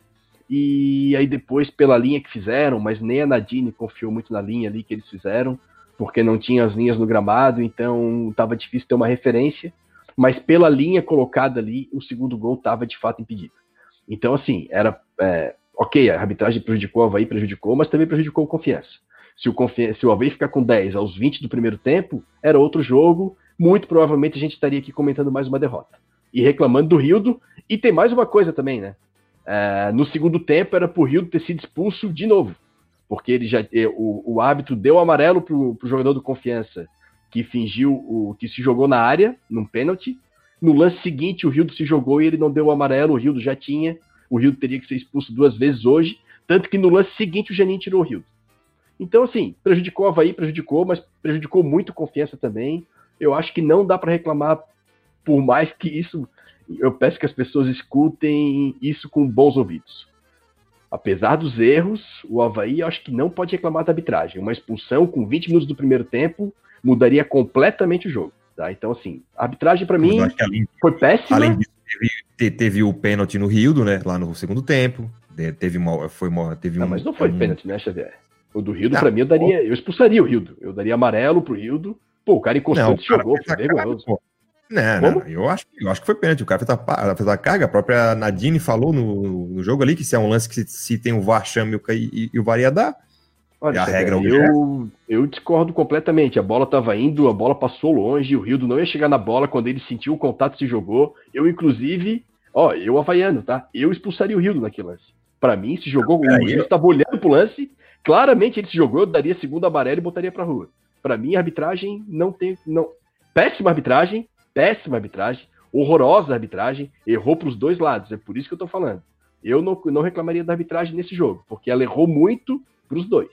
e aí depois pela linha que fizeram, mas nem a Nadine confiou muito na linha ali que eles fizeram, porque não tinha as linhas no gramado, então estava difícil ter uma referência, mas pela linha colocada ali, o segundo gol estava de fato impedido. Então assim, era... É, ok, a arbitragem prejudicou o Avaí, prejudicou, mas também prejudicou o Confiança. Se o, Confiança, se o Avaí ficar com dez aos vinte do primeiro tempo, era outro jogo, muito provavelmente a gente estaria aqui comentando mais uma derrota. E reclamando do Rildo, e tem mais uma coisa também, né? É, no segundo tempo era pro Rildo ter sido expulso de novo, porque ele já, o, o árbitro deu amarelo pro, pro jogador do Confiança, que fingiu, o, que se jogou na área, num pênalti. No lance seguinte, o Rildo se jogou e ele não deu o amarelo, o Rildo já tinha... O Rildo teria que ser expulso duas vezes hoje, tanto que no lance seguinte o Geninho tirou o Rildo. Então, assim, prejudicou o Avaí, prejudicou, mas prejudicou muito Confiança também. Eu acho que não dá para reclamar, por mais que isso... Eu peço que as pessoas escutem isso com bons ouvidos. Apesar dos erros, o Avaí eu acho que não pode reclamar da arbitragem. Uma expulsão com vinte minutos do primeiro tempo mudaria completamente o jogo. Tá? Então, assim, a arbitragem para mim além, foi péssima. Além disso, teve, teve o pênalti no Rildo, né? Lá no segundo tempo. Teve uma, foi uma, teve não, um, mas não foi um... pênalti, né, Xavier? O do Rildo, para mim, eu daria. Eu expulsaria o Rildo. Eu daria amarelo pro Rildo. Pô, o cara encostou e se jogou, foi vergonhoso. Não, não, eu acho, eu acho que foi pênalti. O cara fez a, fez a carga. A própria Nadine falou no, no jogo ali que se é um lance que se, se tem o V A R, chame e, e, e o V A R ia dar. Olha, é a regra eu, eu discordo completamente. A bola estava indo, a bola passou longe, o Rildo não ia chegar na bola quando ele sentiu o contato e se jogou. Eu, inclusive, ó, eu havaiano, tá? Eu expulsaria o Rildo naquele lance. Pra mim, se jogou, o Rildo estava olhando pro lance, claramente ele se jogou, eu daria segundo amarelo e botaria pra rua. Pra mim, a arbitragem não tem... Não... Péssima arbitragem, péssima arbitragem, horrorosa arbitragem, errou pros dois lados, é por isso que eu tô falando. Eu não, não reclamaria da arbitragem nesse jogo, porque ela errou muito pros dois.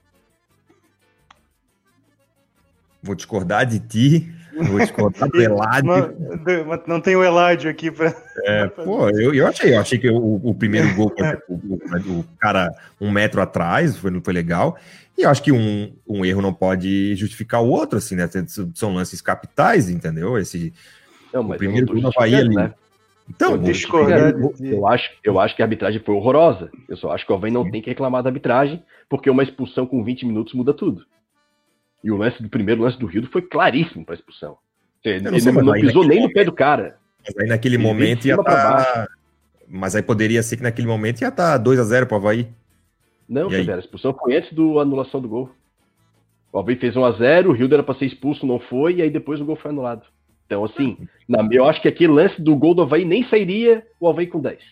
Vou discordar de ti, vou discordar do Eládio. Não, não tem o Eládio aqui para. É, pô, eu, eu achei, eu achei que o, o primeiro gol, o, o, o cara um metro atrás, foi, não foi legal. E eu acho que um, um erro não pode justificar o outro, assim, né? São lances capitais, entendeu? Esse, não, mas o primeiro gol na Bahia ali. Né? Então, eu, discordar, eu, eu, acho, eu acho que a arbitragem foi horrorosa. Eu só acho que o Avaí não Sim. tem que reclamar da arbitragem, porque uma expulsão com vinte minutos muda tudo. E o lance do primeiro lance do Rildo foi claríssimo para expulsão. Ele não, sei, não, não pisou nem no pé do cara. Mas aí naquele ele momento ia estar. Tá... Mas aí poderia ser que naquele momento ia estar tá dois a zero para o Avaí. Não, Federa, a expulsão foi antes da anulação do gol. O Avaí fez um a zero, o Rildo era para ser expulso, não foi, e aí depois o gol foi anulado. Então, assim, na, eu acho que aquele lance do gol do Avaí nem sairia o Avaí com dez.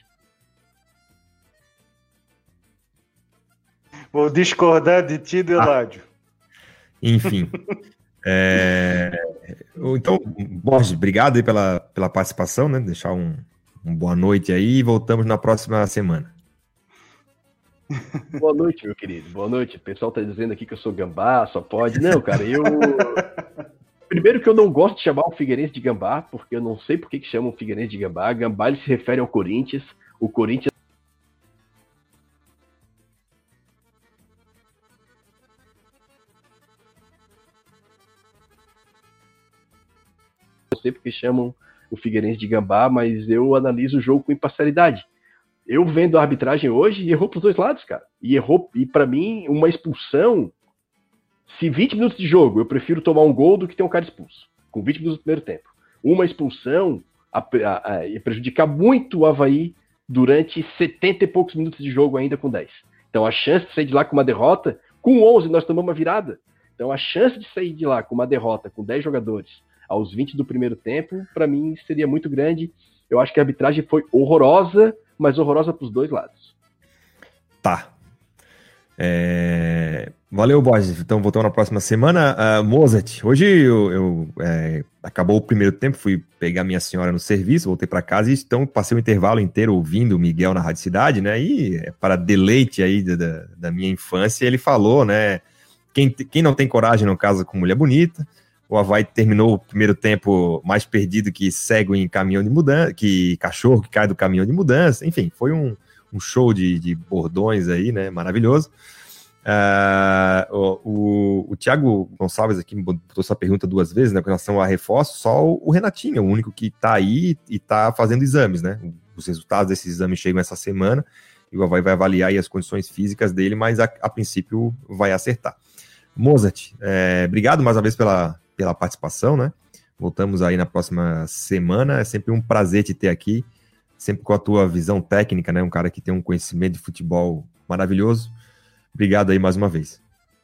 Vou discordar de ti, Eládio. Ah. Enfim. é... Então, Borges, obrigado aí pela, pela participação, né? Deixar um, um boa noite aí e voltamos na próxima semana. Boa noite, meu querido. Boa noite. O pessoal tá dizendo aqui que eu sou gambá, só pode. Não, cara, eu... Primeiro que eu não gosto de chamar o Figueirense de gambá, porque eu não sei por que, que chamam o Figueirense de gambá. Gambá, ele se refere ao Corinthians. O Corinthians não sei porque chamam o Figueirense de gambá, mas eu analiso o jogo com imparcialidade. Eu vendo a arbitragem hoje, errou pros dois lados, cara. E errou, e para mim, uma expulsão, se vinte minutos de jogo, eu prefiro tomar um gol do que ter um cara expulso, com vinte minutos do primeiro tempo. Uma expulsão a, a, a, ia prejudicar muito o Avaí durante setenta e poucos minutos de jogo ainda com dez. Então a chance de sair de lá com uma derrota, com onze nós tomamos uma virada. Então a chance de sair de lá com uma derrota com dez jogadores aos vinte do primeiro tempo, para mim seria muito grande. Eu acho que a arbitragem foi horrorosa, mas horrorosa para os dois lados. Tá. É... Valeu, Borges. Então, voltamos na próxima semana. Uh, Mozart, hoje eu, eu é, acabou o primeiro tempo, fui pegar minha senhora no serviço, voltei para casa e então passei o intervalo inteiro ouvindo o Miguel na Rádio Cidade, né? E é, para deleite aí da, da minha infância, ele falou, né? Quem, quem não tem coragem não casa com mulher bonita. O Avaí terminou o primeiro tempo mais perdido que cego em caminhão de mudança, que cachorro que cai do caminhão de mudança. Enfim, foi um, um show de, de bordões aí, né? Maravilhoso. Uh, o, o, o Thiago Gonçalves aqui me botou essa pergunta duas vezes, né? Com relação a reforço, só o, o Renatinho, o único que tá aí e tá fazendo exames, né? Os resultados desses exames chegam essa semana e o Avaí vai avaliar aí as condições físicas dele, mas a, a princípio vai acertar. Mozart, é, obrigado mais uma vez pela pela participação, né? Voltamos aí na próxima semana. É sempre um prazer te ter aqui, sempre com a tua visão técnica, né? Um cara que tem um conhecimento de futebol maravilhoso. Obrigado aí mais uma vez.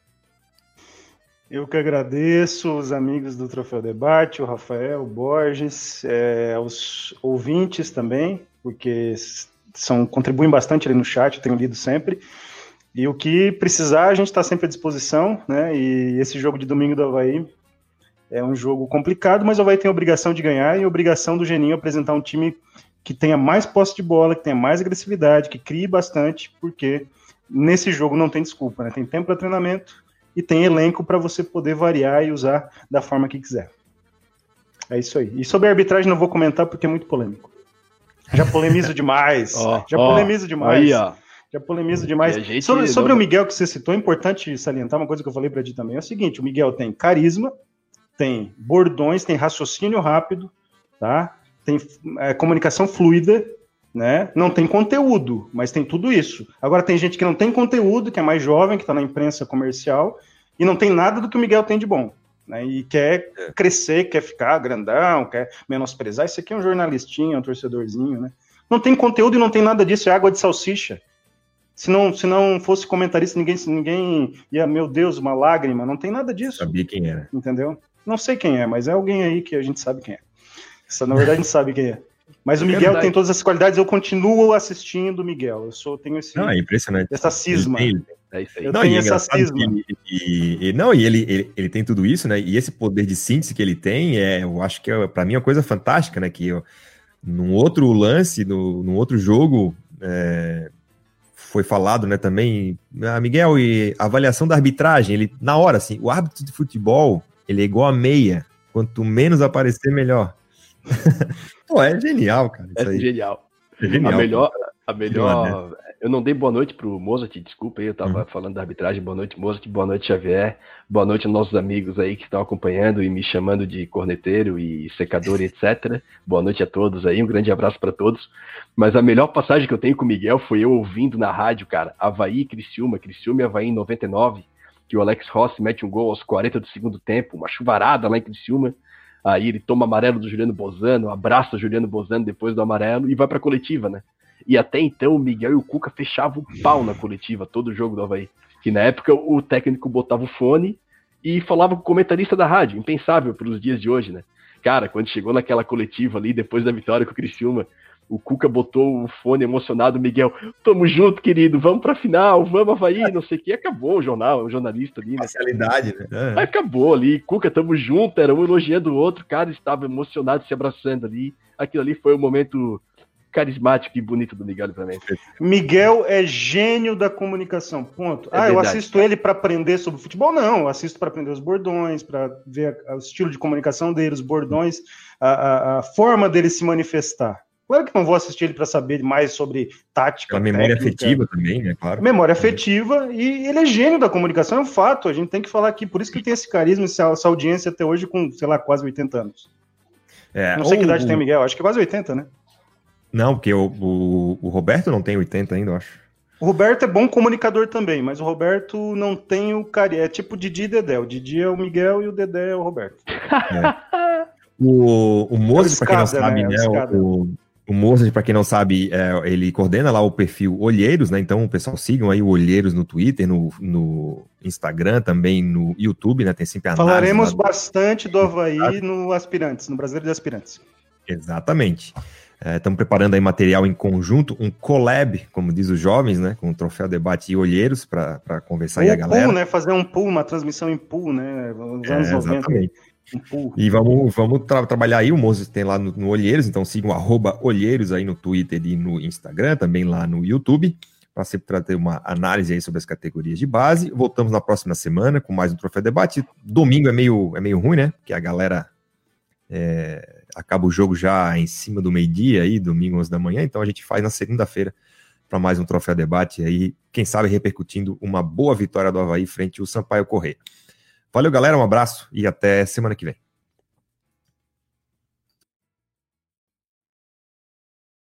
Eu que agradeço os amigos do Troféu Debate, o Rafael, o Borges, é, os ouvintes também, porque são, contribuem bastante ali no chat, eu tenho lido sempre. E o que precisar, a gente está sempre à disposição, né? E esse jogo de domingo do Avaí é um jogo complicado, mas o Avaí tem a obrigação de ganhar e a obrigação do Geninho apresentar um time que tenha mais posse de bola, que tenha mais agressividade, que crie bastante, porque nesse jogo não tem desculpa, né? Tem tempo para treinamento e tem elenco para você poder variar e usar da forma que quiser. É isso aí. E sobre a arbitragem não vou comentar porque é muito polêmico. Já polemizo demais. oh, Já oh, polemizo demais. Aí, ó. Já polemizo demais. Gente, sobre sobre não... o Miguel que você citou, é importante salientar uma coisa que eu falei para ti também. É o seguinte, o Miguel tem carisma, tem bordões, tem raciocínio rápido, tá? Tem é, comunicação fluida, né? Não tem conteúdo, mas tem tudo isso. Agora tem gente que não tem conteúdo, que é mais jovem, que está na imprensa comercial, e não tem nada do que o Miguel tem de bom. né, e quer é. crescer, quer ficar grandão, quer menosprezar. Isso aqui é um jornalistinho, um torcedorzinho, né? Não tem conteúdo e não tem nada disso, é água de salsicha. Se não, se não fosse comentarista, ninguém, ninguém ia, meu Deus, uma lágrima, não tem nada disso. Sabia quem era. Entendeu? Não sei quem é, mas é alguém aí que a gente sabe quem é. Essa, na verdade, a gente sabe quem é. Mas o Miguel tem todas essas qualidades, eu continuo assistindo o Miguel. Eu sou, tenho esse, não, é impressionante. essa cisma. Ele tem, é isso aí. Eu não, tenho é essa cisma. Ele, e, e, não, e ele, ele, ele tem tudo isso, né? E esse poder de síntese que ele tem, é, eu acho que é, para mim é uma coisa fantástica, né? Que eu, num outro lance, no, num outro jogo, é, foi falado, né, também, ah, Miguel, e a avaliação da arbitragem, ele, na hora, assim, o árbitro de futebol, ele é igual a meia. Quanto menos aparecer, melhor. Pô, é genial, cara. Isso é aí. genial. É genial. A melhor, a melhor. Eu não dei boa noite pro Mozart, desculpa aí, eu tava uhum. falando da arbitragem. Boa noite, Mozart, boa noite, Xavier. Boa noite aos nossos amigos aí que estão acompanhando e me chamando de corneteiro e secador e etcétera. Boa noite a todos aí, um grande abraço para todos. Mas a melhor passagem que eu tenho com o Miguel foi eu ouvindo na rádio, cara, Avaí e Criciúma, Criciúma e Avaí em noventa e nove, que o Alex Rossi mete um gol aos quarenta do segundo tempo, uma chuvarada lá em Criciúma. Aí ele toma amarelo do Juliano Bozano, abraça o Juliano Bozano depois do amarelo e vai pra coletiva, né? E até então o Miguel e o Cuca fechavam o pau na coletiva, todo o jogo do Avaí. Que na época o técnico botava o fone e falava com o comentarista da rádio, impensável para os dias de hoje, né? Cara, quando chegou naquela coletiva ali, depois da vitória com o Criciúma, o Cuca botou o fone emocionado, Miguel, tamo junto, querido, vamos pra final, vamos Avaí, não sei o que, acabou o jornal, o jornalista ali, né? Parcialidade, né? É. Acabou ali, Cuca, tamo junto, era um elogiando o outro, cara, estava emocionado, se abraçando ali, aquilo ali foi um momento carismático e bonito do Miguel pra mim. Miguel é gênio da comunicação, ponto. É ah, verdade. Eu assisto ele para aprender sobre futebol? Não, eu assisto para aprender os bordões, para ver o estilo de comunicação dele, os bordões, a, a, a forma dele se manifestar. Claro que não vou assistir ele para saber mais sobre tática. A memória técnica, afetiva também, né? Claro. Memória afetiva, e ele é gênio da comunicação, é um fato, a gente tem que falar aqui, por isso que ele tem esse carisma, essa audiência até hoje com, sei lá, quase oitenta anos. É, não sei que idade o... tem o Miguel, acho que quase oitenta, né? Não, porque o, o, o Roberto não tem oitenta ainda, eu acho. O Roberto é bom comunicador também, mas o Roberto não tem o carisma, é tipo o Didi e Dedé, o Didi é o Miguel e o Dedé é o Roberto. É. O, o Mozart, para quem não sabe, né, né o... O Mozart, para quem não sabe, é, ele coordena lá o perfil Olheiros, né? Então, o pessoal sigam aí o Olheiros no Twitter, no, no Instagram, também no YouTube, né? Tem sempre análise. Falaremos do... bastante do Avaí no Aspirantes, no Brasileiro de Aspirantes. Exatamente. Estamos é, preparando aí material em conjunto, um collab, como diz os jovens, né? Com o Troféu Debate e Olheiros, para conversar um aí a galera. Pool, né? Fazer um pool, uma transmissão em pool, né? Nos anos é, noventa. Exatamente. E vamos, vamos tra trabalhar aí, o Mozart tem lá no, no Olheiros, então sigam arroba Olheiros aí no Twitter e no Instagram, também lá no YouTube, para sempre trazer uma análise aí sobre as categorias de base. Voltamos na próxima semana com mais um Troféu Debate. Domingo é meio, é meio ruim, né? Porque a galera é, acaba o jogo já em cima do meio-dia, aí, domingo, onze da manhã, então a gente faz na segunda-feira para mais um Troféu Debate aí, quem sabe repercutindo uma boa vitória do Avaí frente ao Sampaio Corrêa. Valeu, galera, um abraço e até semana que vem.